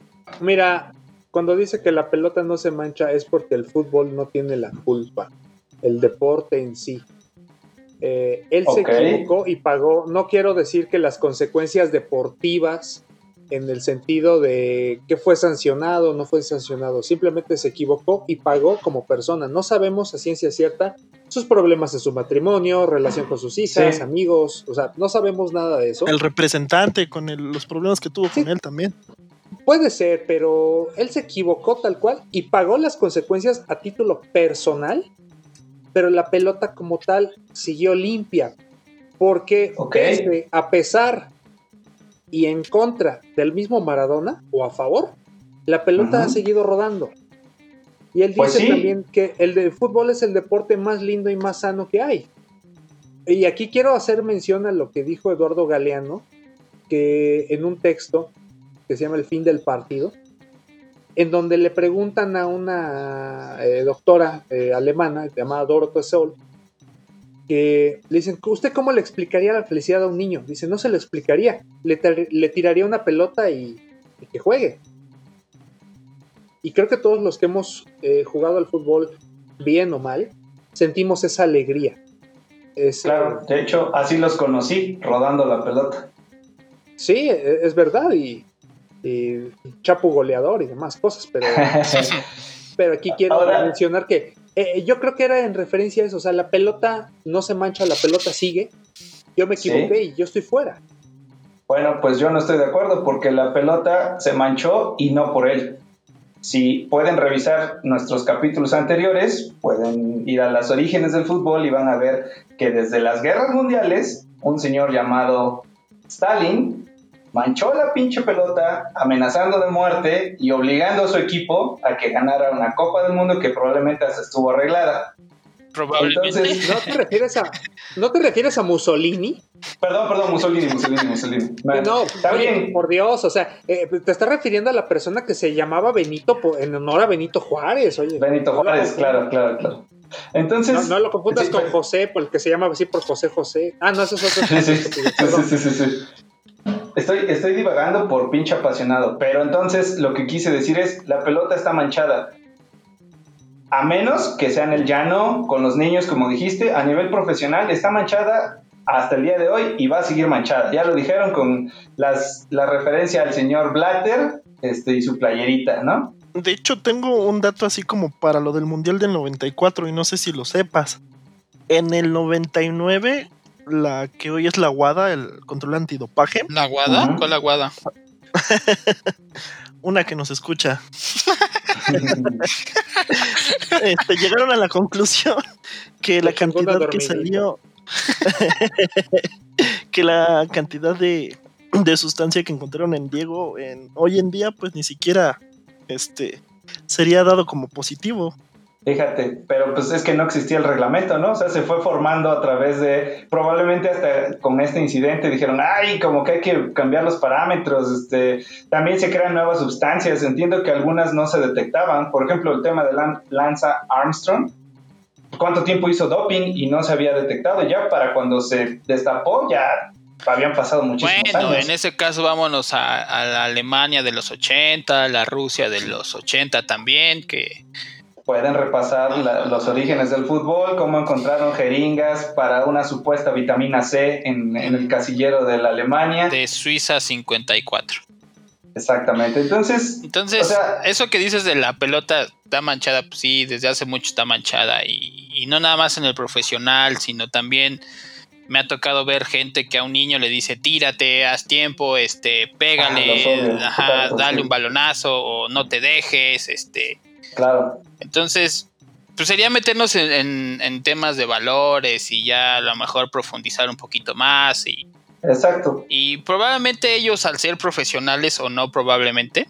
F: Mira, cuando dice que la pelota no se mancha es porque el fútbol no tiene la culpa, el deporte en sí. Eh, él okay. se equivocó y pagó. No quiero decir que las consecuencias deportivas, en el sentido de que fue sancionado o no fue sancionado, simplemente se equivocó y pagó como persona. No sabemos a ciencia cierta sus problemas en su matrimonio, relación con sus hijas, sí. amigos, o sea, no sabemos nada de eso.
D: El representante con el, los problemas que tuvo sí. con él también.
F: Puede ser, pero él se equivocó tal cual y pagó las consecuencias a título personal, pero la pelota como tal siguió limpia, porque okay. este, a pesar y en contra del mismo Maradona, o a favor, la pelota uh-huh. ha seguido rodando. Y él dice pues sí. también que el de fútbol es el deporte más lindo y más sano que hay. Y aquí quiero hacer mención a lo que dijo Eduardo Galeano, que en un texto que se llama El fin del partido, en donde le preguntan a una eh, doctora eh, alemana llamada Dorothee Söll, que le dicen, ¿usted cómo le explicaría la felicidad a un niño? Dice, no se lo explicaría, le, tar- le tiraría una pelota y, y que juegue. Y creo que todos los que hemos eh, jugado al fútbol, bien o mal, sentimos esa alegría. Es,
C: claro, de hecho, así los conocí, rodando la pelota.
F: Sí, es verdad, y, y Chapo goleador y demás cosas, pero, pero aquí quiero Ahora, mencionar que eh, yo creo que era en referencia a eso, o sea, la pelota no se mancha, la pelota sigue, yo me equivoqué ¿sí? y yo estoy fuera.
C: Bueno, pues yo no estoy de acuerdo, porque la pelota se manchó y no por él. Si pueden revisar nuestros capítulos anteriores, pueden ir a los orígenes del fútbol y van a ver que desde las guerras mundiales, un señor llamado Stalin manchó la pinche pelota, amenazando de muerte y obligando a su equipo a que ganara una Copa del Mundo que probablemente hasta estuvo arreglada.
E: Probablemente.
F: Entonces, ¿no te refieres a, ¿no te refieres a Mussolini?
C: Perdón, perdón, Mussolini, Mussolini, Mussolini. Man,
F: no,
C: está
F: oye,
C: bien.
F: Por Dios, o sea, eh, te estás refiriendo a la persona que se llamaba Benito en honor a Benito Juárez, oye.
C: Benito Juárez, claro, claro, claro. Entonces,
F: no, no lo confundas
C: sí,
F: con
C: pero...
F: José, porque se llama así por José José. Ah, no, eso es otro.
C: Sí, sí, sí, sí, sí, sí. Estoy, estoy divagando por pinche apasionado, pero entonces lo que quise decir es, la pelota está manchada. A menos que sea en el llano, con los niños, como dijiste, a nivel profesional, está manchada hasta el día de hoy y va a seguir manchada. Ya lo dijeron con las, la referencia al señor Blatter este, y su playerita, ¿no?
D: De hecho, tengo un dato así como para lo del Mundial del noventa y cuatro y no sé si lo sepas. En el noventa y nueve, la que hoy es la WADA, el control antidopaje.
E: ¿La WADA? Uh-huh. ¿Cuál la WADA?
D: Una que nos escucha. este, llegaron a la conclusión que la cantidad que salió que la cantidad de, de sustancia que encontraron en Diego en, hoy en día pues ni siquiera este sería dado como positivo.
C: Fíjate, pero pues es que no existía el reglamento, ¿no? O sea, se fue formando a través de, probablemente hasta con este incidente dijeron, ay, como que hay que cambiar los parámetros, este, también se crean nuevas sustancias, entiendo que algunas no se detectaban, por ejemplo, el tema de Lance Armstrong, ¿cuánto tiempo hizo doping y no se había detectado? Ya para cuando se destapó ya habían pasado muchísimos
E: bueno,
C: años.
E: Bueno, en ese caso vámonos a, a la Alemania de los ochenta, a la Rusia de los ochenta también, que...
C: Pueden repasar la, los orígenes del fútbol, cómo encontraron jeringas para una supuesta vitamina C en, en el casillero de la Alemania.
E: De Suiza cincuenta y cuatro.
C: Exactamente, entonces...
E: Entonces, o sea, eso que dices de la pelota está manchada, pues sí, desde hace mucho está manchada. Y, y no nada más en el profesional, sino también me ha tocado ver gente que a un niño le dice, tírate, haz tiempo, este, pégale, ah, ajá, claro, dale sí. un balonazo o no te dejes, este...
C: Claro.
E: Entonces, pues sería meternos en, en, en temas de valores y ya a lo mejor profundizar un poquito más. Y,
C: Exacto.
E: Y probablemente ellos, al ser profesionales o no probablemente,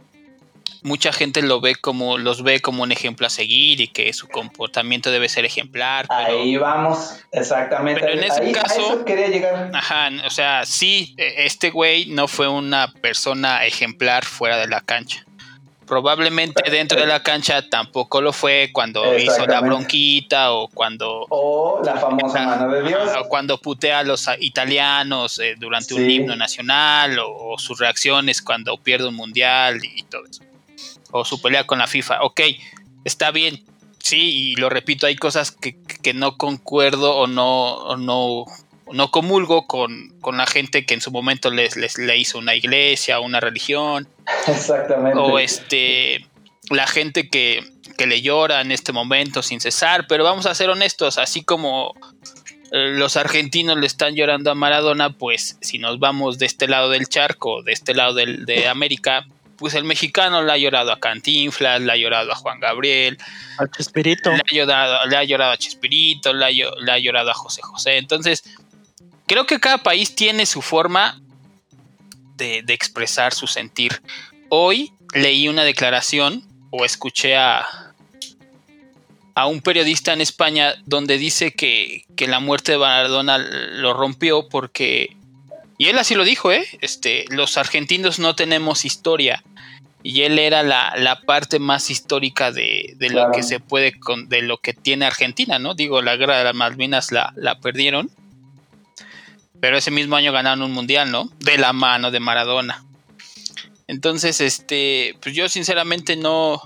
E: mucha gente lo ve como, los ve como un ejemplo a seguir y que su comportamiento debe ser ejemplar.
C: Pero, ahí vamos, exactamente.
E: Pero en ese
C: ahí,
E: caso,
C: a eso quería llegar.
E: Ajá, o sea, sí, este güey no fue una persona ejemplar fuera de la cancha. Probablemente dentro de la cancha tampoco lo fue cuando hizo la bronquita o cuando...
C: O la famosa mano de Dios.
E: O cuando putea a los italianos eh, durante sí. un himno nacional o, o sus reacciones cuando pierde un mundial y todo eso. O su pelea con la FIFA. Ok, está bien. Sí, y lo repito, hay cosas que, que no concuerdo o no... O no no comulgo con, con la gente que en su momento les, les le hizo una iglesia, una religión.
C: Exactamente.
E: O este la gente que, que le llora en este momento sin cesar. Pero vamos a ser honestos, así como eh, los argentinos le están llorando a Maradona, pues si nos vamos de este lado del charco, de este lado del, de América, pues el mexicano le ha llorado a Cantinflas, le ha llorado a Juan Gabriel,
D: a Chespirito,
E: le ha llorado, le ha llorado a Chespirito, le ha, le ha llorado a José José. Entonces creo que cada país tiene su forma de, de expresar su sentir. Hoy leí una declaración o escuché a, a un periodista en España donde dice que, que la muerte de Maradona lo rompió porque, y él así lo dijo, ¿eh? Este, los argentinos no tenemos historia. Y él era la, la parte más histórica de, de claro. lo que se puede, con, de lo que tiene Argentina, ¿no? Digo, la guerra de las Malvinas la, la perdieron. Pero ese mismo año ganaron un mundial, ¿no? De la mano de Maradona. Entonces, este, pues yo sinceramente no,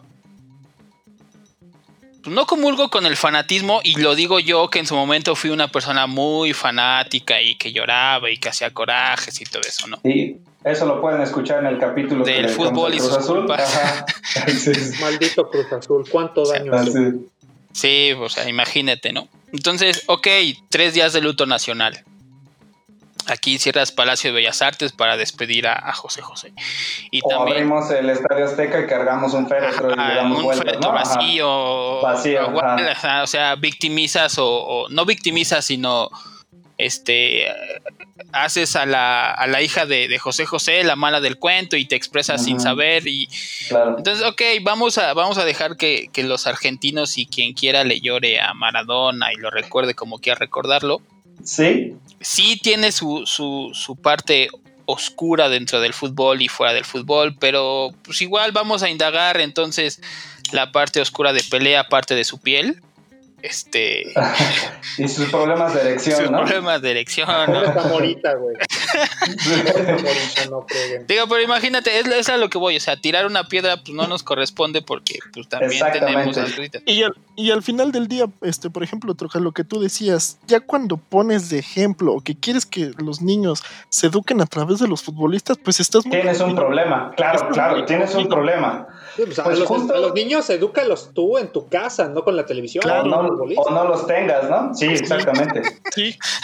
E: pues no comulgo con el fanatismo, y lo digo yo que en su momento fui una persona muy fanática y que lloraba y que hacía corajes y todo eso, ¿no?
C: Sí, eso lo pueden escuchar en el capítulo
E: del
C: que
E: fútbol y sus culpas.
F: Sí. Maldito Cruz Azul, ¿cuánto daño
C: hace?
F: hace?
E: Sí, o sea, imagínate, ¿no? Entonces, ok, tres días de luto nacional. Aquí cierras Palacio de Bellas Artes para despedir a, a José José. Y
C: o
E: también
C: abrimos el Estadio Azteca y cargamos un féretro, ajá, y le damos
E: un
C: vueltas,
E: féretro
C: ¿no?
E: vacío,
C: vacío
E: o, o sea, victimizas o, o no victimizas, sino este haces a la, a la hija de, de José José la mala del cuento y te expresas uh-huh. sin saber y
C: claro.
E: Entonces, ok, vamos a, vamos a dejar que, que los argentinos y quien quiera le llore a Maradona y lo recuerde como quiera recordarlo.
C: Sí.
E: Sí tiene su, su, su parte oscura dentro del fútbol y fuera del fútbol, pero pues igual vamos a indagar entonces la parte oscura de Pelé, parte de su piel. Este
C: y sus problemas de erección,
E: sus
C: ¿no?
E: problemas de erección, ¿no?
F: Está morita, güey. Morita, no peguen.
E: Digo, pero imagínate, es, es a lo que voy, o sea, tirar una piedra pues no nos corresponde porque pues también tenemos artritis.
D: Y al, y al final del día, este, por ejemplo, Troja, lo que tú decías, ya cuando pones de ejemplo o que quieres que los niños se eduquen a través de los futbolistas, pues estás muy
C: tienes un problema, claro,
D: estás
C: claro, tienes un problema.
F: Sí, pues a,
C: pues
F: los,
C: justo,
F: a los niños edúcalos tú en tu casa, no con la televisión.
C: Claro, no, o no los tengas, ¿no? Sí, exactamente.
D: Sí.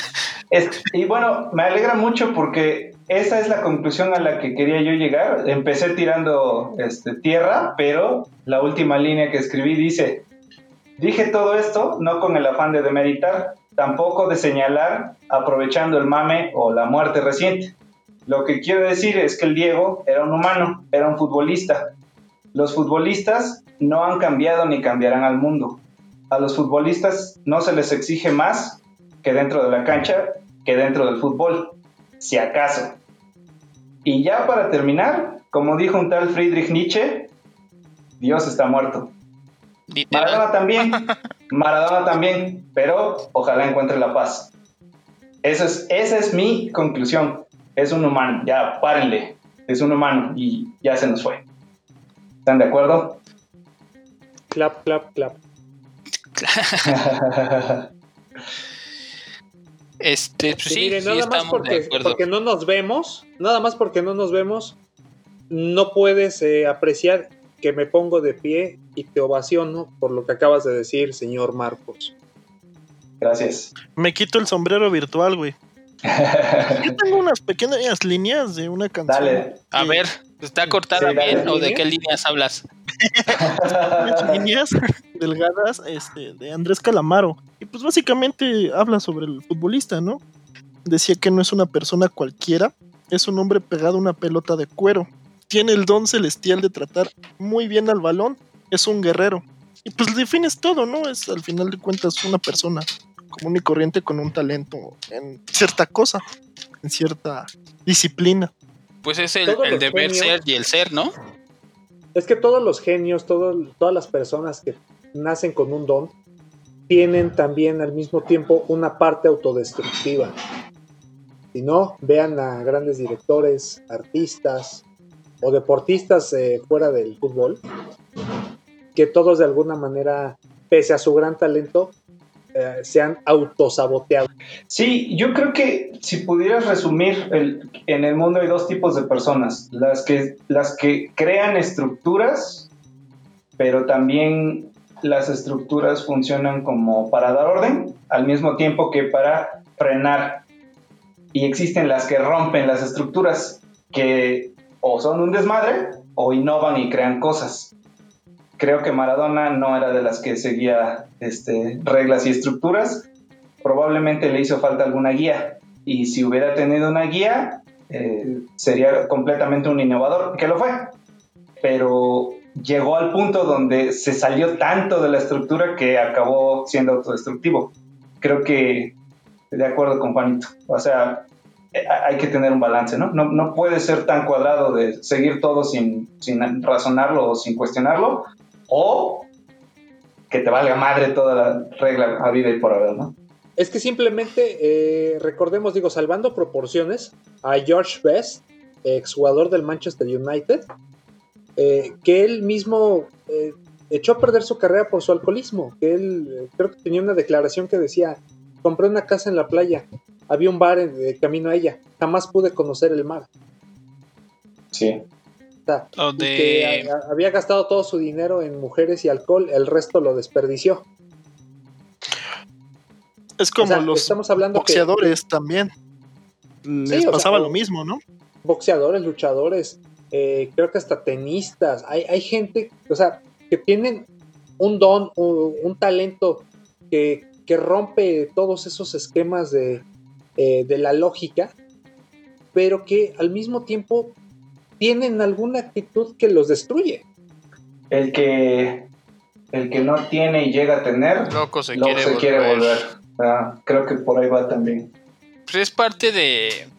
C: Es, y bueno, me alegra mucho porque esa es la conclusión a la que quería yo llegar. Empecé tirando este, tierra, pero la última línea que escribí dice: dije todo esto no con el afán de demeritar, tampoco de señalar aprovechando el mame o la muerte reciente. Lo que quiero decir es que el Diego era un humano, era un futbolista. Los futbolistas no han cambiado ni cambiarán al mundo. A los futbolistas no se les exige más que dentro de la cancha, que dentro del fútbol, si acaso. Y ya para terminar, como dijo un tal Friedrich Nietzsche, Dios está muerto. Literal. Maradona también, Maradona también, pero ojalá encuentre la paz. Eso es, esa es mi conclusión. Es un humano, ya párenle, es un humano y ya se nos fue. ¿Están de acuerdo?
F: Clap, clap, clap.
E: Este, pues sí,
F: sí, mire,
E: sí
F: nada más porque, porque no nos vemos, nada más porque no nos vemos, no puedes eh, apreciar que me pongo de pie y te ovaciono por lo que acabas de decir, señor Marcos.
C: Gracias.
D: Me quito el sombrero virtual, güey. Yo tengo unas pequeñas líneas de una canción.
C: Dale.
E: A ver, ¿está cortada
C: Sí,
E: bien
C: dale.
E: o de qué líneas hablas?
D: Unas líneas delgadas este, de Andrés Calamaro. Y pues básicamente habla sobre el futbolista, ¿no? Decía que no es una persona cualquiera, es un hombre pegado a una pelota de cuero. Tiene el don celestial de tratar muy bien al balón, es un guerrero. Y pues defines todo, ¿no? Es al final de cuentas una persona común y corriente con un talento en cierta cosa, en cierta disciplina.
E: Pues es el, el deber genios, ser y el ser, ¿no?
F: Es que todos los genios, todo, todas las personas que nacen con un don, tienen también al mismo tiempo una parte autodestructiva. Si no, vean a grandes directores, artistas o deportistas eh, fuera del fútbol, que todos de alguna manera, pese a su gran talento, eh, se han autosaboteado.
C: Sí, yo creo que si pudieras resumir, el, en el mundo hay dos tipos de personas, las que, las que crean estructuras, pero también las estructuras funcionan como para dar orden, al mismo tiempo que para frenar. Y existen las que rompen las estructuras, que o son un desmadre o innovan y crean cosas. Creo que Maradona no era de las que seguía este, reglas y estructuras. Probablemente le hizo falta alguna guía. Y si hubiera tenido una guía, eh, sería completamente un innovador, que lo fue. Pero llegó al punto donde se salió tanto de la estructura que acabó siendo autodestructivo. Creo que de acuerdo con Juanito. O sea, hay que tener un balance, ¿no? No, no puede ser tan cuadrado de seguir todo sin, sin razonarlo o sin cuestionarlo, o que te valga madre toda la regla a vida y por haber, ¿no?
F: Es que simplemente eh, recordemos, digo, salvando proporciones, a George Best, exjugador del Manchester United, eh, que él mismo eh, echó a perder su carrera por su alcoholismo, que él eh, creo que tenía una declaración que decía: compré una casa en la playa, había un bar de camino a ella, jamás pude conocer el mar.
C: Sí.
F: O sea, oh, de... que a, había gastado todo su dinero en mujeres y alcohol, el resto lo desperdició.
D: Es como o sea, los estamos hablando boxeadores que, también. Les sí, pasaba o sea, lo mismo, ¿no?
F: Boxeadores, luchadores, eh, creo que hasta tenistas. Hay, hay gente, o sea, que tienen un don, un, un talento que, que rompe todos esos esquemas de, eh, de la lógica, pero que al mismo tiempo tienen alguna actitud que los destruye.
C: El que, el que no tiene y llega a tener,
E: loco se,
C: loco
E: quiere,
C: se
E: volver.
C: quiere volver. Ah, creo que por ahí va también.
E: Pues es parte de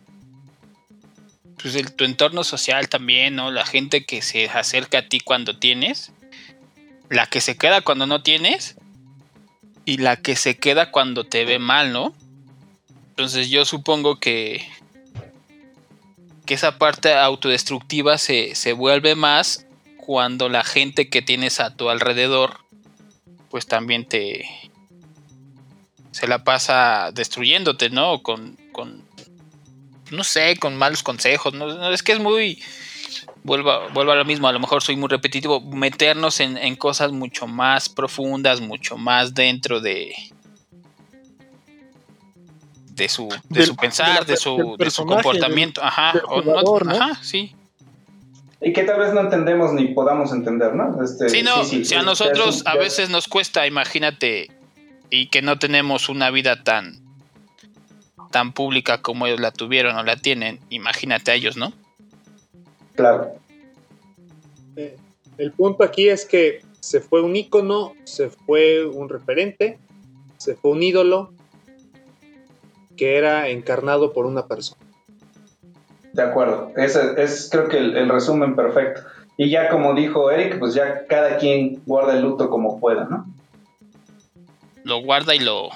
E: pues el, tu entorno social también, ¿no? La gente que se acerca a ti cuando tienes, la que se queda cuando no tienes y la que se queda cuando te ve mal, ¿no? Entonces yo supongo que que esa parte autodestructiva se, se vuelve más cuando la gente que tienes a tu alrededor pues también te se la pasa destruyéndote, ¿no? Con, con no sé, con malos consejos, ¿no? Es que es muy vuelvo, vuelvo a lo mismo, a lo mejor soy muy repetitivo, meternos en, en cosas mucho más profundas, mucho más dentro de de su, de
D: Del-
E: su pensar,
D: de la-
E: de su,
D: del
E: de su
D: personaje,
E: comportamiento, ajá,
D: del
E: o no-
D: jugador, ¿no?
E: ajá, sí.
C: Y que tal vez no entendemos ni podamos entender, ¿no? Este,
E: Sí, no,
C: sí,
E: si a
C: ya
E: nosotros
C: es un-
E: a
C: ya-
E: veces nos cuesta, imagínate, y que no tenemos una vida tan tan pública como ellos la tuvieron o la tienen, imagínate a ellos, ¿no?
C: Claro.
F: Eh, el punto aquí es que se fue un ícono, se fue un referente, se fue un ídolo que era encarnado por una persona.
C: De acuerdo, ese es creo que el, el resumen perfecto. Y ya como dijo Eric, pues ya cada quien guarda el luto como pueda, ¿no?
E: Lo guarda y lo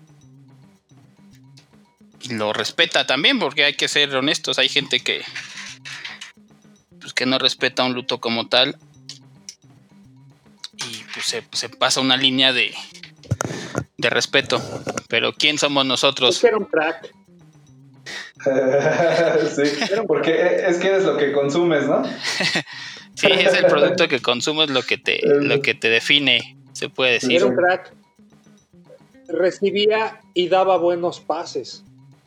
E: y lo respeta también, porque hay que ser honestos, hay gente que pues que no respeta un luto como tal y pues se, se pasa una línea de de respeto, pero ¿quién somos
F: Es
E: nosotros?
F: que era un crack.
C: Sí, porque es que eres lo que consumes, ¿no?
E: Sí, es el producto que consumes lo que te lo que te define, se puede decir.
F: Era un crack. Recibía y daba buenos pases.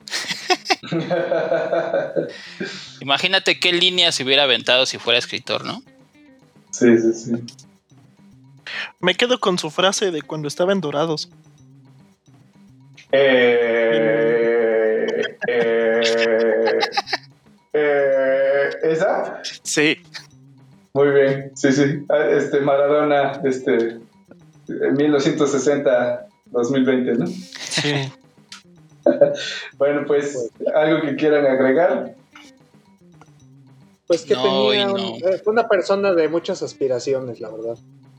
E: Imagínate qué línea se hubiera aventado si fuera escritor, ¿no?
C: Sí, sí, sí.
D: Me quedo con su frase de cuando estaba en Dorados.
C: Eh, eh, eh, ¿Esa?
D: Sí.
C: Muy bien, sí, sí. Ah, Este Maradona, este, mil novecientos sesenta, dos mil veinte, ¿no?
D: Sí.
C: Bueno, pues, ¿algo que quieran agregar?
F: Pues que
E: No,
F: tenía
E: y
F: un-
E: no.
F: eh, fue una persona de muchas aspiraciones, la verdad.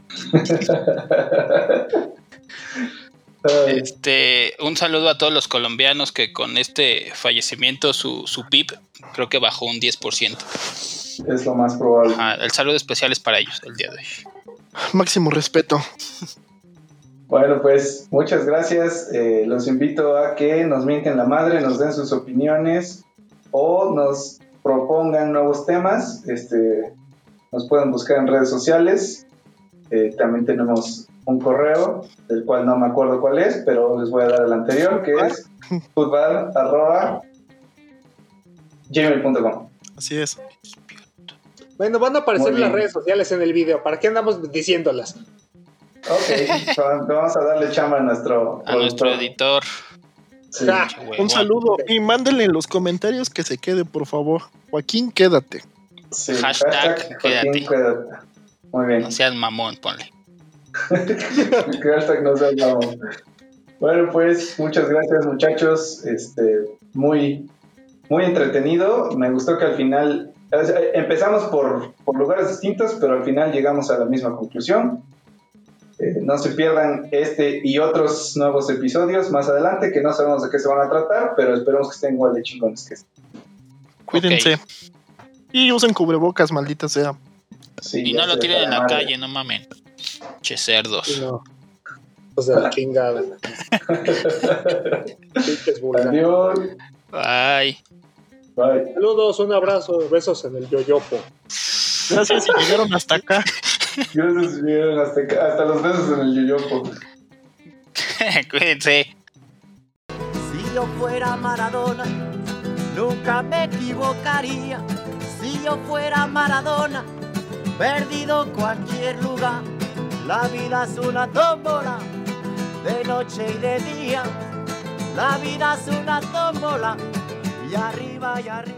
C: Ay,
E: Este, un saludo a todos los colombianos que con este fallecimiento su, su P I B creo que bajó un diez por ciento.
C: es lo más probable.
E: Ajá, el saludo especial es para ellos el día de hoy.
D: Máximo respeto.
C: Bueno, pues muchas gracias. Eh, los invito a que nos mienten la madre, nos den sus opiniones o nos propongan nuevos temas. Este, nos pueden buscar en redes sociales. Eh, también tenemos un correo, del cual no me acuerdo cuál es, pero les voy a dar el anterior, que es football arroba gmail punto com.
D: Así es.
F: Bueno, van a aparecer
C: Muy
F: las
C: bien.
F: redes sociales en el video. ¿Para qué andamos diciéndolas?
C: Ok, vamos a darle chamba a nuestro
E: A nuestro
C: productor.
E: editor.
C: Sí.
F: Ja.
E: Huevón.
D: Un saludo y mándenle en los comentarios que se quede, por favor. Joaquín, quédate.
C: Sí,
E: Hashtag
C: hashtag
E: quédate.
C: Joaquín, quédate. Muy bien.
E: No seas mamón, ponle.
C: Que hashtag no seas mamón. Bueno, pues muchas gracias, muchachos. Este, muy, muy entretenido. Me gustó que al final o sea, empezamos por, por lugares distintos, pero al final llegamos a la misma conclusión. Eh, no se pierdan este y otros nuevos episodios más adelante, que no sabemos de qué se van a tratar, pero esperemos que estén igual de chingones que este.
D: Cuídense. Y usen cubrebocas, maldita sea.
C: Sí,
E: Y
C: ya
E: no lo
C: sé,
E: tiren en la
C: madre.
E: calle, no mamen. Che cerdos.
F: Sí, no. O sea, la chingada. Pinches vulgares.
C: Adiós.
E: Bye.
C: Bye.
F: Saludos, un abrazo, besos en el yoyopo.
D: Gracias si llegaron hasta acá.
C: Gracias, vieron hasta, acá- hasta los besos en el yoyopo.
E: Cuídense.
G: Si yo fuera Maradona, nunca me equivocaría. Si yo fuera Maradona, perdido cualquier lugar. La vida es una tómbola, de noche y de día. La vida es una tómbola, y arriba y arriba.